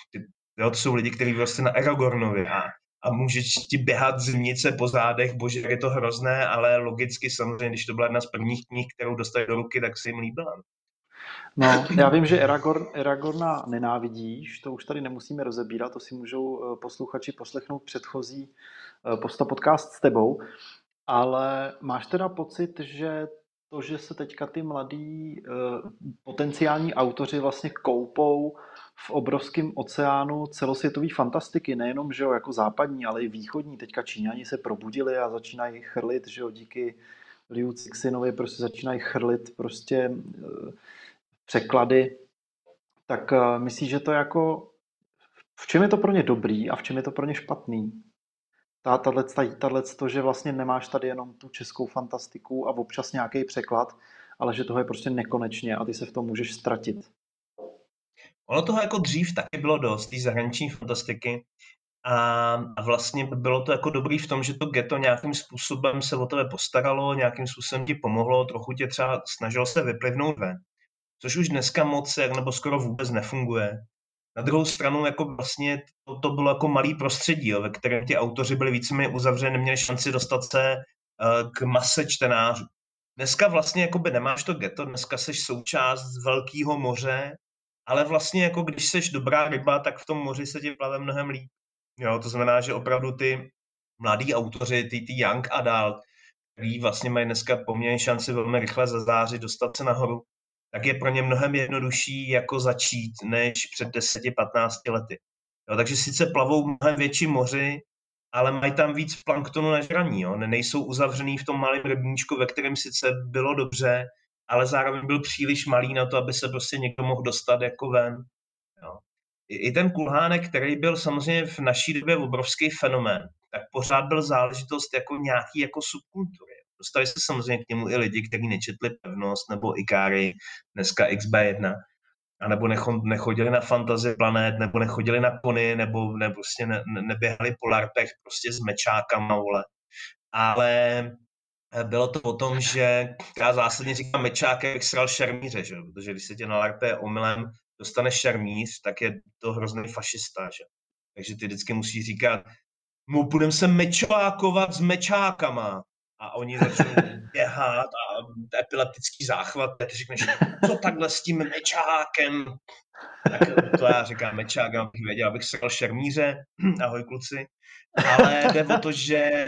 To jsou lidi, kteří vyrostli na Aragornovi a může ti běhat zimnice po zádech, bože, je to hrozné, ale logicky samozřejmě, když to byla jedna z prvních knih, kterou dostali do ruky, tak se jim líbila. No, já vím, že Aragorna nenávidíš, to už tady nemusíme rozebírat, to si můžou posluchači poslechnout předchozí podcast s tebou, ale máš teda pocit, že to, že se teďka ty mladí potenciální autoři vlastně koupou v obrovském oceánu celosvětové fantastiky, nejenom že jo, jako západní, ale i východní, teďka Číňani se probudili a začínají chrlit, že jo, díky Liu Cixinovi prostě začínají chrlit prostě překlady, tak myslíš, že to jako, v čem je to pro ně dobrý a v čem je to pro ně špatný? Tato, že vlastně nemáš tady jenom tu českou fantastiku a občas nějaký překlad, ale že toho je prostě nekonečně a ty se v tom můžeš ztratit. Ono toho jako dřív taky bylo dost, té zahraniční fantastiky. A vlastně bylo to jako dobrý v tom, že to ghetto nějakým způsobem se o tebe postaralo, nějakým způsobem ti pomohlo, trochu tě třeba snažilo se vyplivnout ven. Což už dneska moc, nebo skoro vůbec nefunguje. Na druhou stranu jako vlastně to bylo jako malý prostředí, jo, ve kterém ti autoři byli víceméně uzavřeni, neměli šanci dostat se k mase čtenářů. Dneska vlastně jakoby nemáš to ghetto, dneska seš součást velkého moře, ale vlastně jako když seš dobrá ryba, tak v tom moři se ti plave mnohem líp. Jo, to znamená, že opravdu ty mladí autoři, ty young adult, který vlastně mají dneska poměrně šanci velmi rychle zazářit, dostat se nahoru, tak je pro ně mnohem jednodušší jako začít, než před 10-15 lety. Jo, takže sice plavou mnohem větší moři, ale mají tam víc planktonu než raní. Jo. Nejsou uzavřený v tom malém rybníčku, ve kterém sice bylo dobře, ale zároveň byl příliš malý na to, aby se prostě někdo mohl dostat jako ven. Jo. I ten kulhánek, který byl samozřejmě v naší době obrovský fenomén, tak pořád byl záležitost jako nějaký jako subkultury. Dostali se samozřejmě k němu i lidi, kteří nečetli Pevnost nebo Ikáry, dneska XB1, anebo nechodili na Fantasy Planet, nebo nechodili na kony, nebo prostě neběhali po larpech prostě s mečákama, vole. Ale bylo to o tom, že já zásadně říkám mečák, jak sral šermíře, že? Protože když se tě na larpě omylem dostane šermíř, tak je to hrozný fašista, že? Takže ty vždycky musíš říkat, mu budeme se mečákovat s mečákama. A oni začnou běhat a epileptický záchvat, a ty řekneš, co takhle s tím mečákem? Tak to já říkám mečák, abych věděl, abych sral šermíře, ahoj kluci. Ale jde o to, že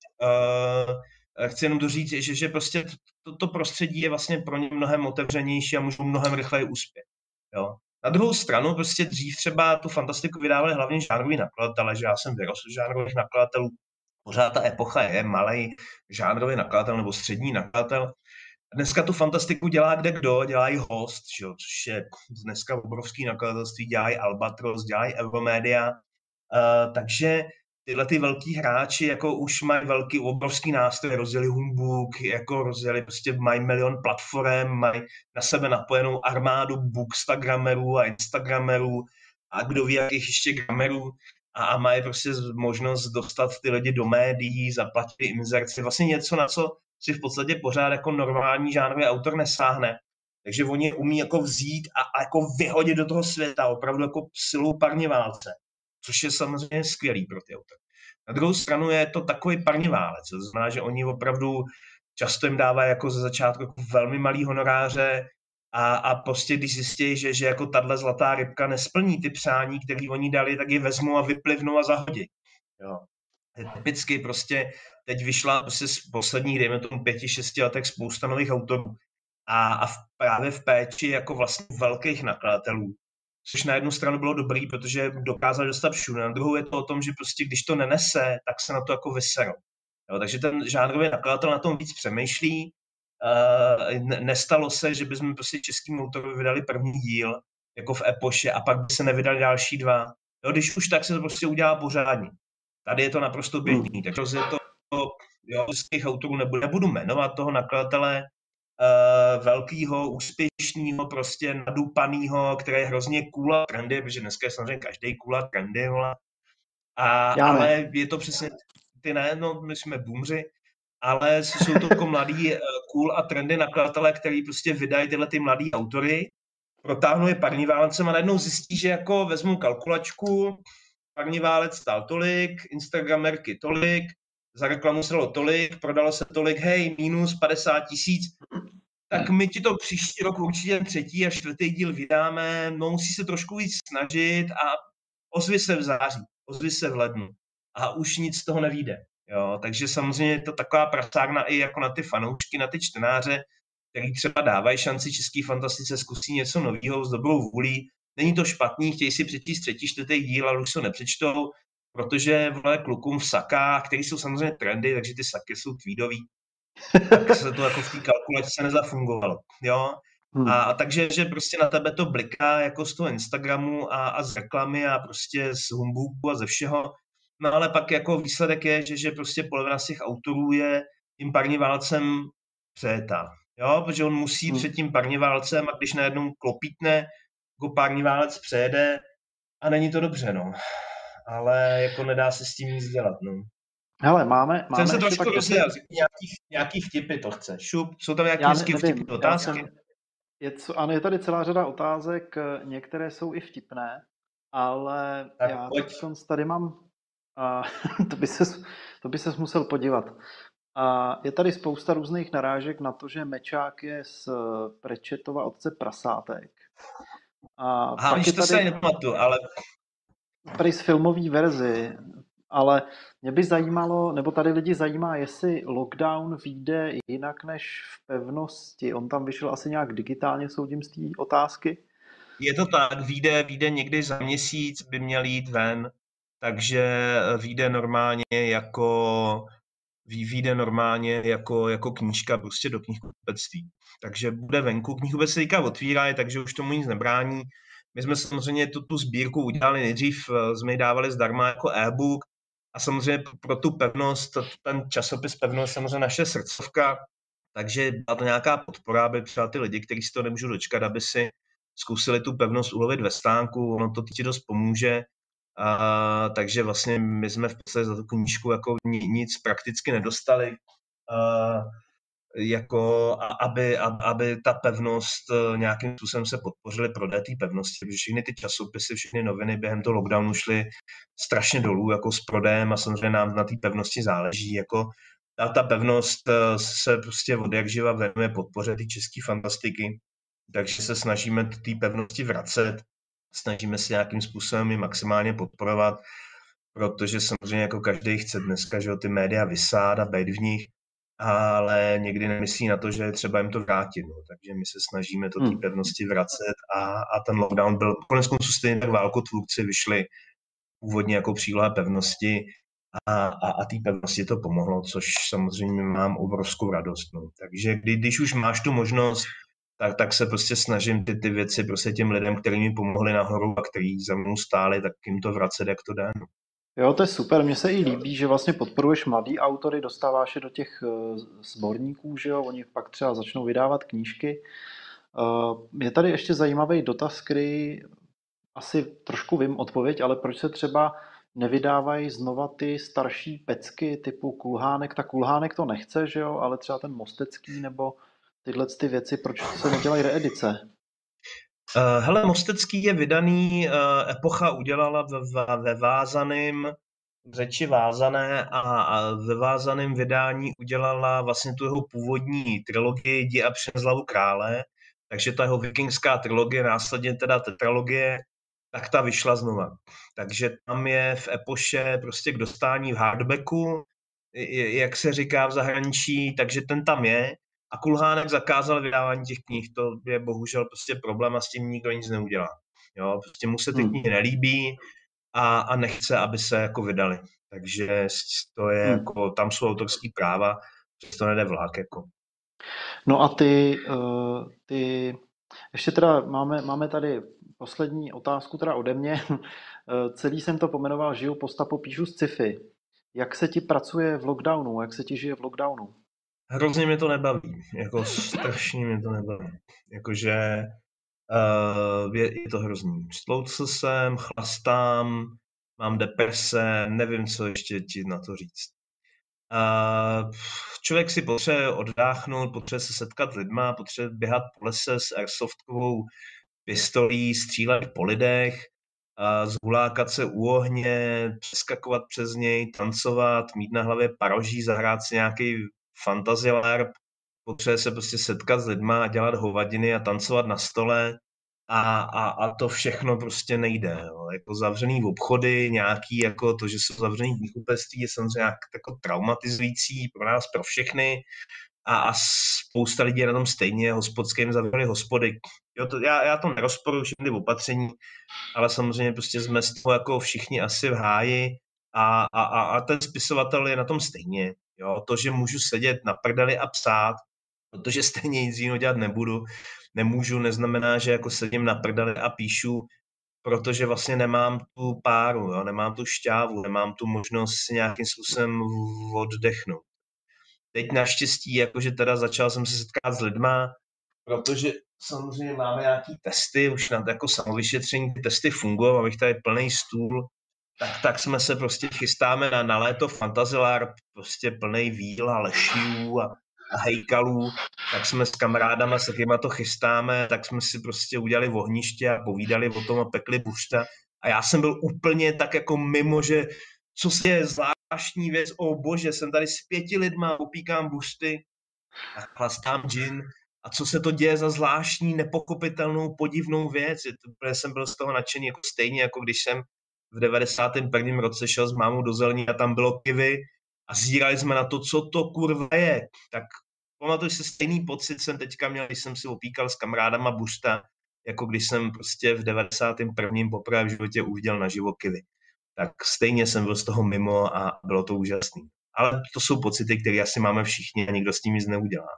chci jenom doříct, že prostě to prostředí je vlastně pro ně mnohem otevřenější a můžou mnohem rychleji uspět. Jo. Na druhou stranu prostě dřív třeba tu fantastiku vydávali hlavně žánroví nakladatelé, že já jsem vyrostl žánrových nakladatelů, pořád ta epocha je malý žánrový nakladatel nebo střední nakladatel. Dneska tu fantastiku dělá kdo, dělají Host, že? Což je dneska obrovský nakladatelství, dělají Albatros, dělají Euromedia, takže tyhle ty velký hráči jako už mají obrovský nástroj, rozjeli Humbug, jako rozjeli, prostě mají milion platform, mají na sebe napojenou armádu bookstagramerů a instagramerů a kdo ví, jakých ještě gramerů a mají prostě možnost dostat ty lidi do médií, zaplatit inzerci, vlastně něco, na co si v podstatě pořád jako normální žánrový autor nesáhne. Takže oni umí jako vzít a jako vyhodit do toho světa opravdu jako silou parní válce, což je samozřejmě skvělý pro ty autory. Na druhou stranu je to takový parní válec, to znamená, že oni opravdu často jim dávají jako ze začátku jako velmi malý honoráře a prostě když zjistí, že jako tahle zlatá rybka nesplní ty přání, které oni dali, tak je vezmou a vyplivnou a zahodí. Jo. Typicky prostě teď vyšla prostě z posledních, dejme tomu 5-6 letech spousta nových autorů a právě v péči jako vlastně velkých nakladatelů. Což na jednu stranu bylo dobrý, protože dokázali dostat všude. Na druhou je to o tom, že prostě když to nenese, tak se na to jako vyserou. Jo, takže ten žánrový nakladatel na tom víc přemýšlí. Nestalo se, že bychom prostě českým autorovi vydali první díl, jako v Epoše, a pak by se nevydali další 2. Jo, když už tak se to prostě udělá pořádně. Tady je to naprosto běžný. Takže je to českých autorů nebudu jmenovat toho nakladatele, velkýho, úspěšného, prostě nadupanýho, který je hrozně cool a trendy, protože dneska je samozřejmě každý cool a trendy, ale je to přesně, ty ne, no, my jsme boomři, ale jsou to jako mladí cool a trendy nakladatelé, který prostě vydají tyhle ty mladý autory, protáhnou je parní válcem a najednou zjistí, že jako vezmu kalkulačku, parní válec stál tolik, instagramerky tolik, za reklamu se dalo tolik, prodalo se tolik, hej, minus 50 000, tak my ti to příští rok určitě 3. a 4. díl vydáme, no musí se trošku víc snažit a ozvi se v září, ozvi se v lednu a už nic z toho nevyjde. Jo, takže samozřejmě je to taková pracárna i jako na ty fanoušky, na ty čtenáře, který třeba dávají šanci český fantastice, zkusí něco nového s dobrou vůlí. Není to špatný, chtějí si přečíst 3., 4. díl, ale už to nepřečtou, protože vole klukům v sakách, který jsou samozřejmě trendy, takže ty saky jsou tweedový, tak se to jako v té kalkulačce nezafungovalo. Jo? A takže, že prostě na tebe to bliká jako z toho Instagramu a z reklamy a prostě z humbugu a ze všeho. No ale pak jako výsledek je, že prostě polovina z těch autorů je tím parní válcem přejetá. Jo, protože on musí před tím parní válcem a když najednou klopítne, jako parní válec přejede a není to dobře, no. Ale jako nedá se s tím nic dělat, no. Hele, máme jsem se trošku rozjel, nějaký vtipy to chce. Šup, jsou tam nějaký vtipy, otázky? Ano, je tady celá řada otázek, některé jsou i vtipné. ale Tak já pojď. teď tady mám, a to by ses musel podívat. A je tady spousta různých narážek na to, že Mečák je z Pratchettova Otce prasátek. A Aha, pak víš, je to se tady nepamatuju, ale prý z filmové verzi, ale mě by zajímalo, nebo tady lidi zajímá, jestli Lockdown vyjde jinak než v Pevnosti. On tam vyšel asi nějak digitálně, soudím z té otázky. je to tak, vyjde někdy za měsíc, by měl jít ven, takže vyjde normálně jako knížka prostě do knihkupectví. Takže bude venku. Knihkupec se teďka otvírá, takže už tomu nic nebrání. My jsme samozřejmě tu sbírku udělali nejdřív, jsme ji dávali zdarma jako e-book a samozřejmě pro tu pevnost, ten časopis Pevnost samozřejmě naše srdcovka, takže byla to nějaká podpora, aby třeba ty lidi, kteří si to nemůžou dočkat, aby si zkusili tu pevnost ulovit ve stánku, ono to ti dost pomůže. Takže vlastně my jsme v podstatě za tu knížku jako nic prakticky nedostali, aby ta pevnost nějakým způsobem se podpořily prodej té pevnosti, protože všechny ty časopisy, všechny noviny během toho lockdownu šly strašně dolů jako s prodejem a samozřejmě nám na té pevnosti záleží. Jako ta pevnost se prostě od jak živa věnuje podpoře té české fantastiky, takže se snažíme té pevnosti vracet, snažíme se nějakým způsobem ji maximálně podporovat, protože samozřejmě jako každý chce dneska, že ty média vysát a být v nich, ale někdy nemyslí na to, že je třeba jim to vrátit. No. Takže my se snažíme to té pevnosti vracet a ten lockdown byl, koneckonců stejně tak válkotvůrci vyšli původně jako příloha pevnosti a té pevnosti to pomohlo, což samozřejmě mám obrovskou radost. No. Takže když už máš tu možnost, tak se prostě snažím ty věci prostě těm lidem, kteří mi pomohli nahoru a kteří za mnou stáli, tak jim to vracet, jak to jde. No. Jo, to je super. Mně se i líbí, že vlastně podporuješ mladý autory, dostáváš je do těch sborníků, že jo, oni pak třeba začnou vydávat knížky. Je tady ještě zajímavý dotaz, který asi trošku vím odpověď, ale proč se třeba nevydávají znova ty starší pecky typu Kulhánek? Ta Kulhánek to nechce, že jo, ale třeba ten Mostecký nebo tyhle ty věci, proč se nedělají reedice? Hele, Mostecký je vydaný, Epocha udělala ve vázaném, řeči vázané a ve vázaném vydání udělala vlastně tu jeho původní trilogii Jdi a přes hlavu krále, takže ta jeho vikingská trilogie, následně teda tetralogie, tak ta vyšla znova. Takže tam je v Epoše prostě k dostání v hardbacku, jak se říká v zahraničí, takže ten tam je. A Kulhánek zakázal vydávání těch knih, to je bohužel prostě problém a s tím nikdo nic neudělá. Jo, prostě mu se ty knihy nelíbí a nechce, aby se jako vydali. Takže to je jako, tam jsou autorský práva, to nejde vlak jako. No a ty ještě teda máme tady poslední otázku teda ode mě. Celý jsem to pomenoval Žiju postapo, píšu z sci-fi. Jak se ti pracuje v lockdownu? Jak se ti žije v lockdownu? Hrozně mě to nebaví, jako strašně mě to nebaví. Jakože je to hrozný. Stloustl jsem, chlastám, mám deprese, nevím, co ještě ti na to říct. Člověk si potřebuje oddáchnout, potřebuje se setkat s lidma, potřebuje běhat po lese s airsoftkovou pistolí, střílet po lidech, zhulákat se u ohně, přeskakovat přes něj, tancovat, mít na hlavě paroží, zahrát si nějaký fantasy LARP, potřebuje se prostě setkat s lidma, dělat hovadiny a tancovat na stole a to všechno prostě nejde. Jo. Jako zavřený obchody, nějaký jako to, že jsou zavřený knihkupectví, je samozřejmě jako traumatizující pro nás, pro všechny a spousta lidí je na tom stejně, hospodským zavřeli hospody. Jo, já to nerozporuji, všechny opatření, ale samozřejmě prostě jsme z toho jako všichni asi v háji a ten spisovatel je na tom stejně. Jo, to, že můžu sedět na prdeli a psát, protože stejně nic jiného dělat nemůžu, neznamená, že jako sedím na prdeli a píšu, protože vlastně nemám tu páru, jo, nemám tu šťávu, nemám tu možnost si nějakým způsobem oddechnout. Teď naštěstí, jakože teda začal jsem se setkat s lidma, protože samozřejmě máme nějaký testy, už na to jako samovyšetření, ty testy fungují, abych tady plný stůl, tak jsme se prostě chystáme na léto Fantasy LARP, prostě plný víl a lešňů a hejkalů, tak jsme s kamarádama, se kterýma to chystáme, tak jsme si prostě udělali ohniště a povídali o tom a pekli buřta. A já jsem byl úplně tak jako mimo, že co se je zvláštní věc, bože, jsem tady s 5 lidma, opíkám bušty a chlastám gin. A co se to děje za zvláštní, nepochopitelnou, podivnou věc. Protože jsem byl z toho nadšený jako stejně, jako když jsem v 91. roce šel s mámou do Zelní a tam bylo kiwi a zírali jsme na to, co to kurva je. Tak pamatuju si, stejný pocit jsem teďka měl, když jsem si opíkal s kamarádama bušta, jako když jsem prostě v 91. poprvé v životě uviděl naživo kiwi. Tak stejně jsem byl z toho mimo a bylo to úžasný. Ale to jsou pocity, které asi máme všichni a nikdo s tím nic neudělá.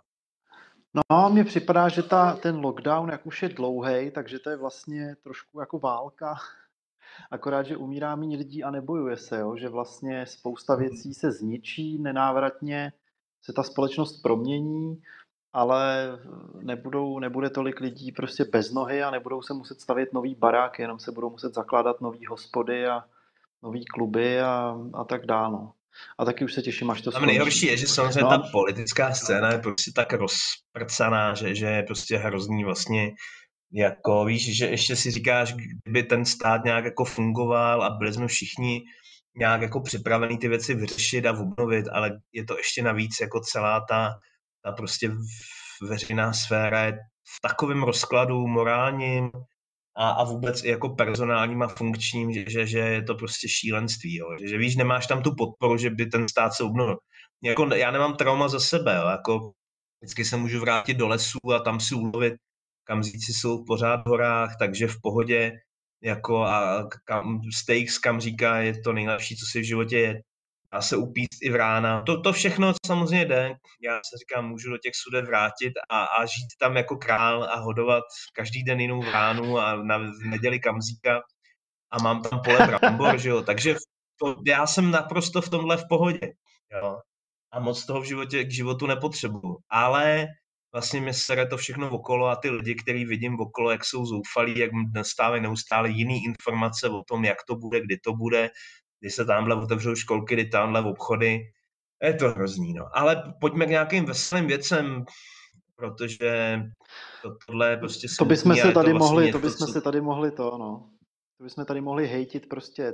No, mně připadá, že ten lockdown, jak už je dlouhý, takže to je vlastně trošku jako válka. Akorát, že umírá méně lidí a nebojuje se, jo? Že vlastně spousta věcí se zničí, nenávratně se ta společnost promění, ale nebude tolik lidí prostě bez nohy a nebudou se muset stavět nový baráky, jenom se budou muset zakládat nový hospody a nový kluby a tak dále. No. A taky už se těším, až to Tam skončí. nejhorší je, že samozřejmě ta politická scéna je prostě tak rozprcaná, že je prostě hrozný vlastně, jako víš, že ještě si říkáš, kdyby ten stát nějak jako fungoval a byli jsme všichni nějak jako připravený ty věci vyřešit a obnovit, ale je to ještě navíc jako celá ta prostě veřejná sféra je v takovém rozkladu morálním a vůbec i jako personálním a funkčním, že je to prostě šílenství, jo. Že víš, nemáš tam tu podporu, že by ten stát se obnovil. Jako, já nemám trauma za sebe, jo. Jako, vždycky se můžu vrátit do lesů a tam si ulovit, kamříci jsou pořád v horách, takže v pohodě, jako a steak z kamříka je to nejlepší, co si v životě je. Dá se upíct i v rána. To všechno samozřejmě jde. Já se říkám, můžu do těch sudet vrátit a žít tam jako král a hodovat každý den jinou vránu a na neděli kamzíka a mám tam pole brambor, že jo. Takže já jsem naprosto v tomhle v pohodě, jo. A moc toho v životě k životu nepotřebuju. Ale vlastně mě sere to všechno okolo a ty lidi, který vidím okolo, jak jsou zoufalí, jak dostávají neustále jiný informace o tom, jak to bude, kdy to bude, kdy se tamhle otevřou školky, kdy tamhle obchody. Je to hrozný, no. Ale pojďme k nějakým veselým věcem, protože tohle je prostě to bychom smutný a je to vlastně něco, to bychom se tady mohli to bychom tady mohli hejtit prostě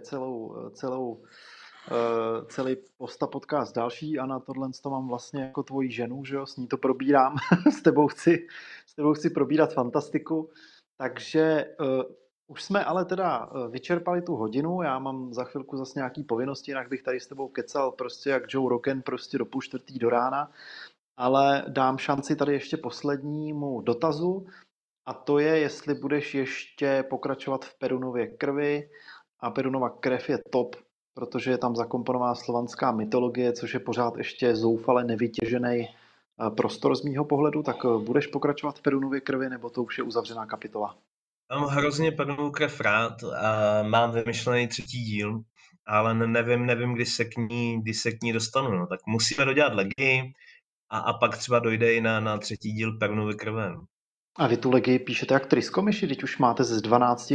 celý posta podcast další a na tohle to mám vlastně jako tvoji ženu, že jo, s ní to probírám, s tebou chci probírat fantastiku, takže už jsme ale teda vyčerpali tu hodinu, já mám za chvilku zase nějaký povinnosti, jinak bych tady s tebou kecal prostě jak Joe Rogan prostě do 3:30 do rána, ale dám šanci tady ještě poslednímu dotazu a to je, jestli budeš ještě pokračovat v Perunově krvi a Perunova krev je top, protože je tam zakomponovaná slovanská mytologie, což je pořád ještě zoufale nevytěžený prostor z mýho pohledu, tak budeš pokračovat v Perunově krvi, nebo to už je uzavřená kapitola? Mám hrozně Perunovu krev rád a mám vymyšlený 3. díl, ale nevím, kdy se k ní dostanu, no. Tak musíme dodělat legii a pak třeba dojde i na 3. díl Perunovy krve. No. A vy tu legii píšete jak trýskomyši, teď už máte ze 12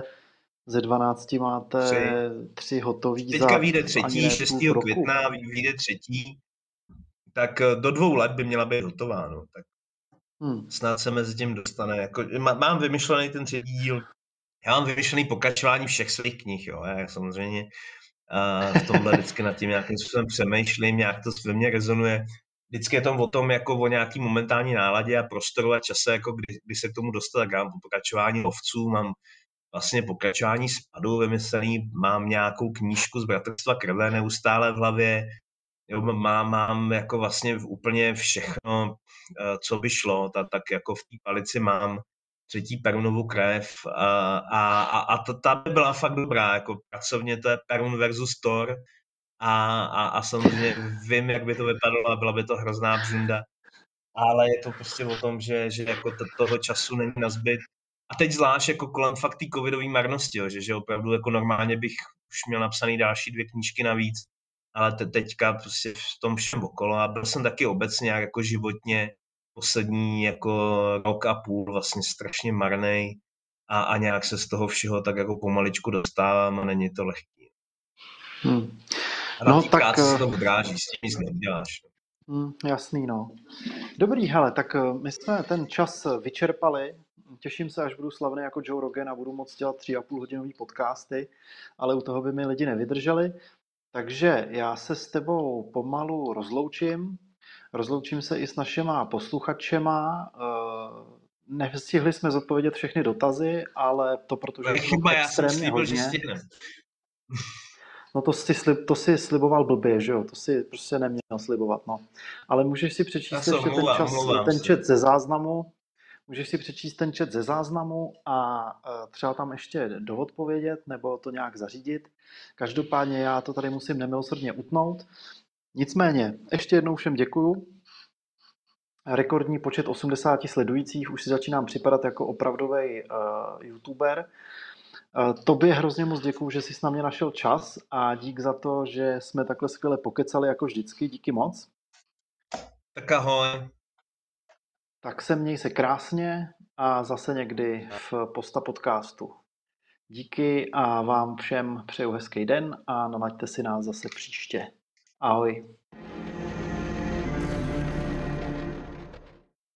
3 hotový Teďka za vyjde 3. 6. května, vyjde 3. Tak do 2 let by měla být hotová, no. Tak snad se mezi tím dostane. Jako, mám vymyšlený ten 3. díl, já mám vymyšlený pokračování všech svých knih, jo. Já samozřejmě v tomhle vždycky nad tím nějakým způsobem přemýšlím, nějak to ve mně rezonuje. Vždycky je to o tom, jako o nějaký momentální náladě a prostoru a čase, jako kdy se k tomu dostat, tak já mám pokračování lovců, mám vlastně pokračování spadu vymyslený, mám nějakou knížku z Bratrstva krve neustále v hlavě, jo, mám jako vlastně úplně všechno, co by šlo, tak jako v té palici mám 3. Perunovu krev a ta by byla fakt dobrá, jako pracovně to je Perun versus Thor a samozřejmě vím, jak by to vypadalo a byla by to hrozná břunda, ale je to prostě o tom, že jako toho času není nazbyt. A teď zvlášť jako kolem fakt té covidové marnosti, jo, že opravdu jako normálně bych už měl napsaný další 2 knížky navíc, ale teďka prostě v tom všem okolo a byl jsem taky obecně jako životně poslední jako rok a půl vlastně strašně marnej a nějak se z toho všeho tak jako pomaličku dostávám a není to lehký. A na té práci se to odráží, s tím nic neuděláš. Jasný, no. Dobrý, hele, tak my jsme ten čas vyčerpali. těším se, až budu slavný jako Joe Rogan a budu moct dělat 3,5hodinový podcasty, ale u toho by mi lidi nevydrželi. Takže já se s tebou pomalu rozloučím. Rozloučím se i s našima posluchačema. Nestihli jsme zodpovědět všechny dotazy, ale to protože je chyba, já jsem slíbil, že stihneme. No to si sliboval blbě, že jo? To si prostě neměl slibovat, no. Ale můžeš si přečíst ještě ten chat ze záznamu. Můžeš si přečíst ten chat ze záznamu a třeba tam ještě doodpovědět nebo to nějak zařídit. Každopádně já to tady musím nemilosrdně utnout. Nicméně, ještě jednou všem děkuju. Rekordní počet 80 sledujících, už si začínám připadat jako opravdový youtuber. Tobě hrozně moc děkuju, že jsi na mě našel čas a dík za to, že jsme takhle skvěle pokecali jako vždycky. Díky moc. Tak ahoj. Tak se měj se krásně a zase někdy v Posta podcastu. Díky a vám všem přeju hezký den a nalaďte si nás zase příště. Ahoj.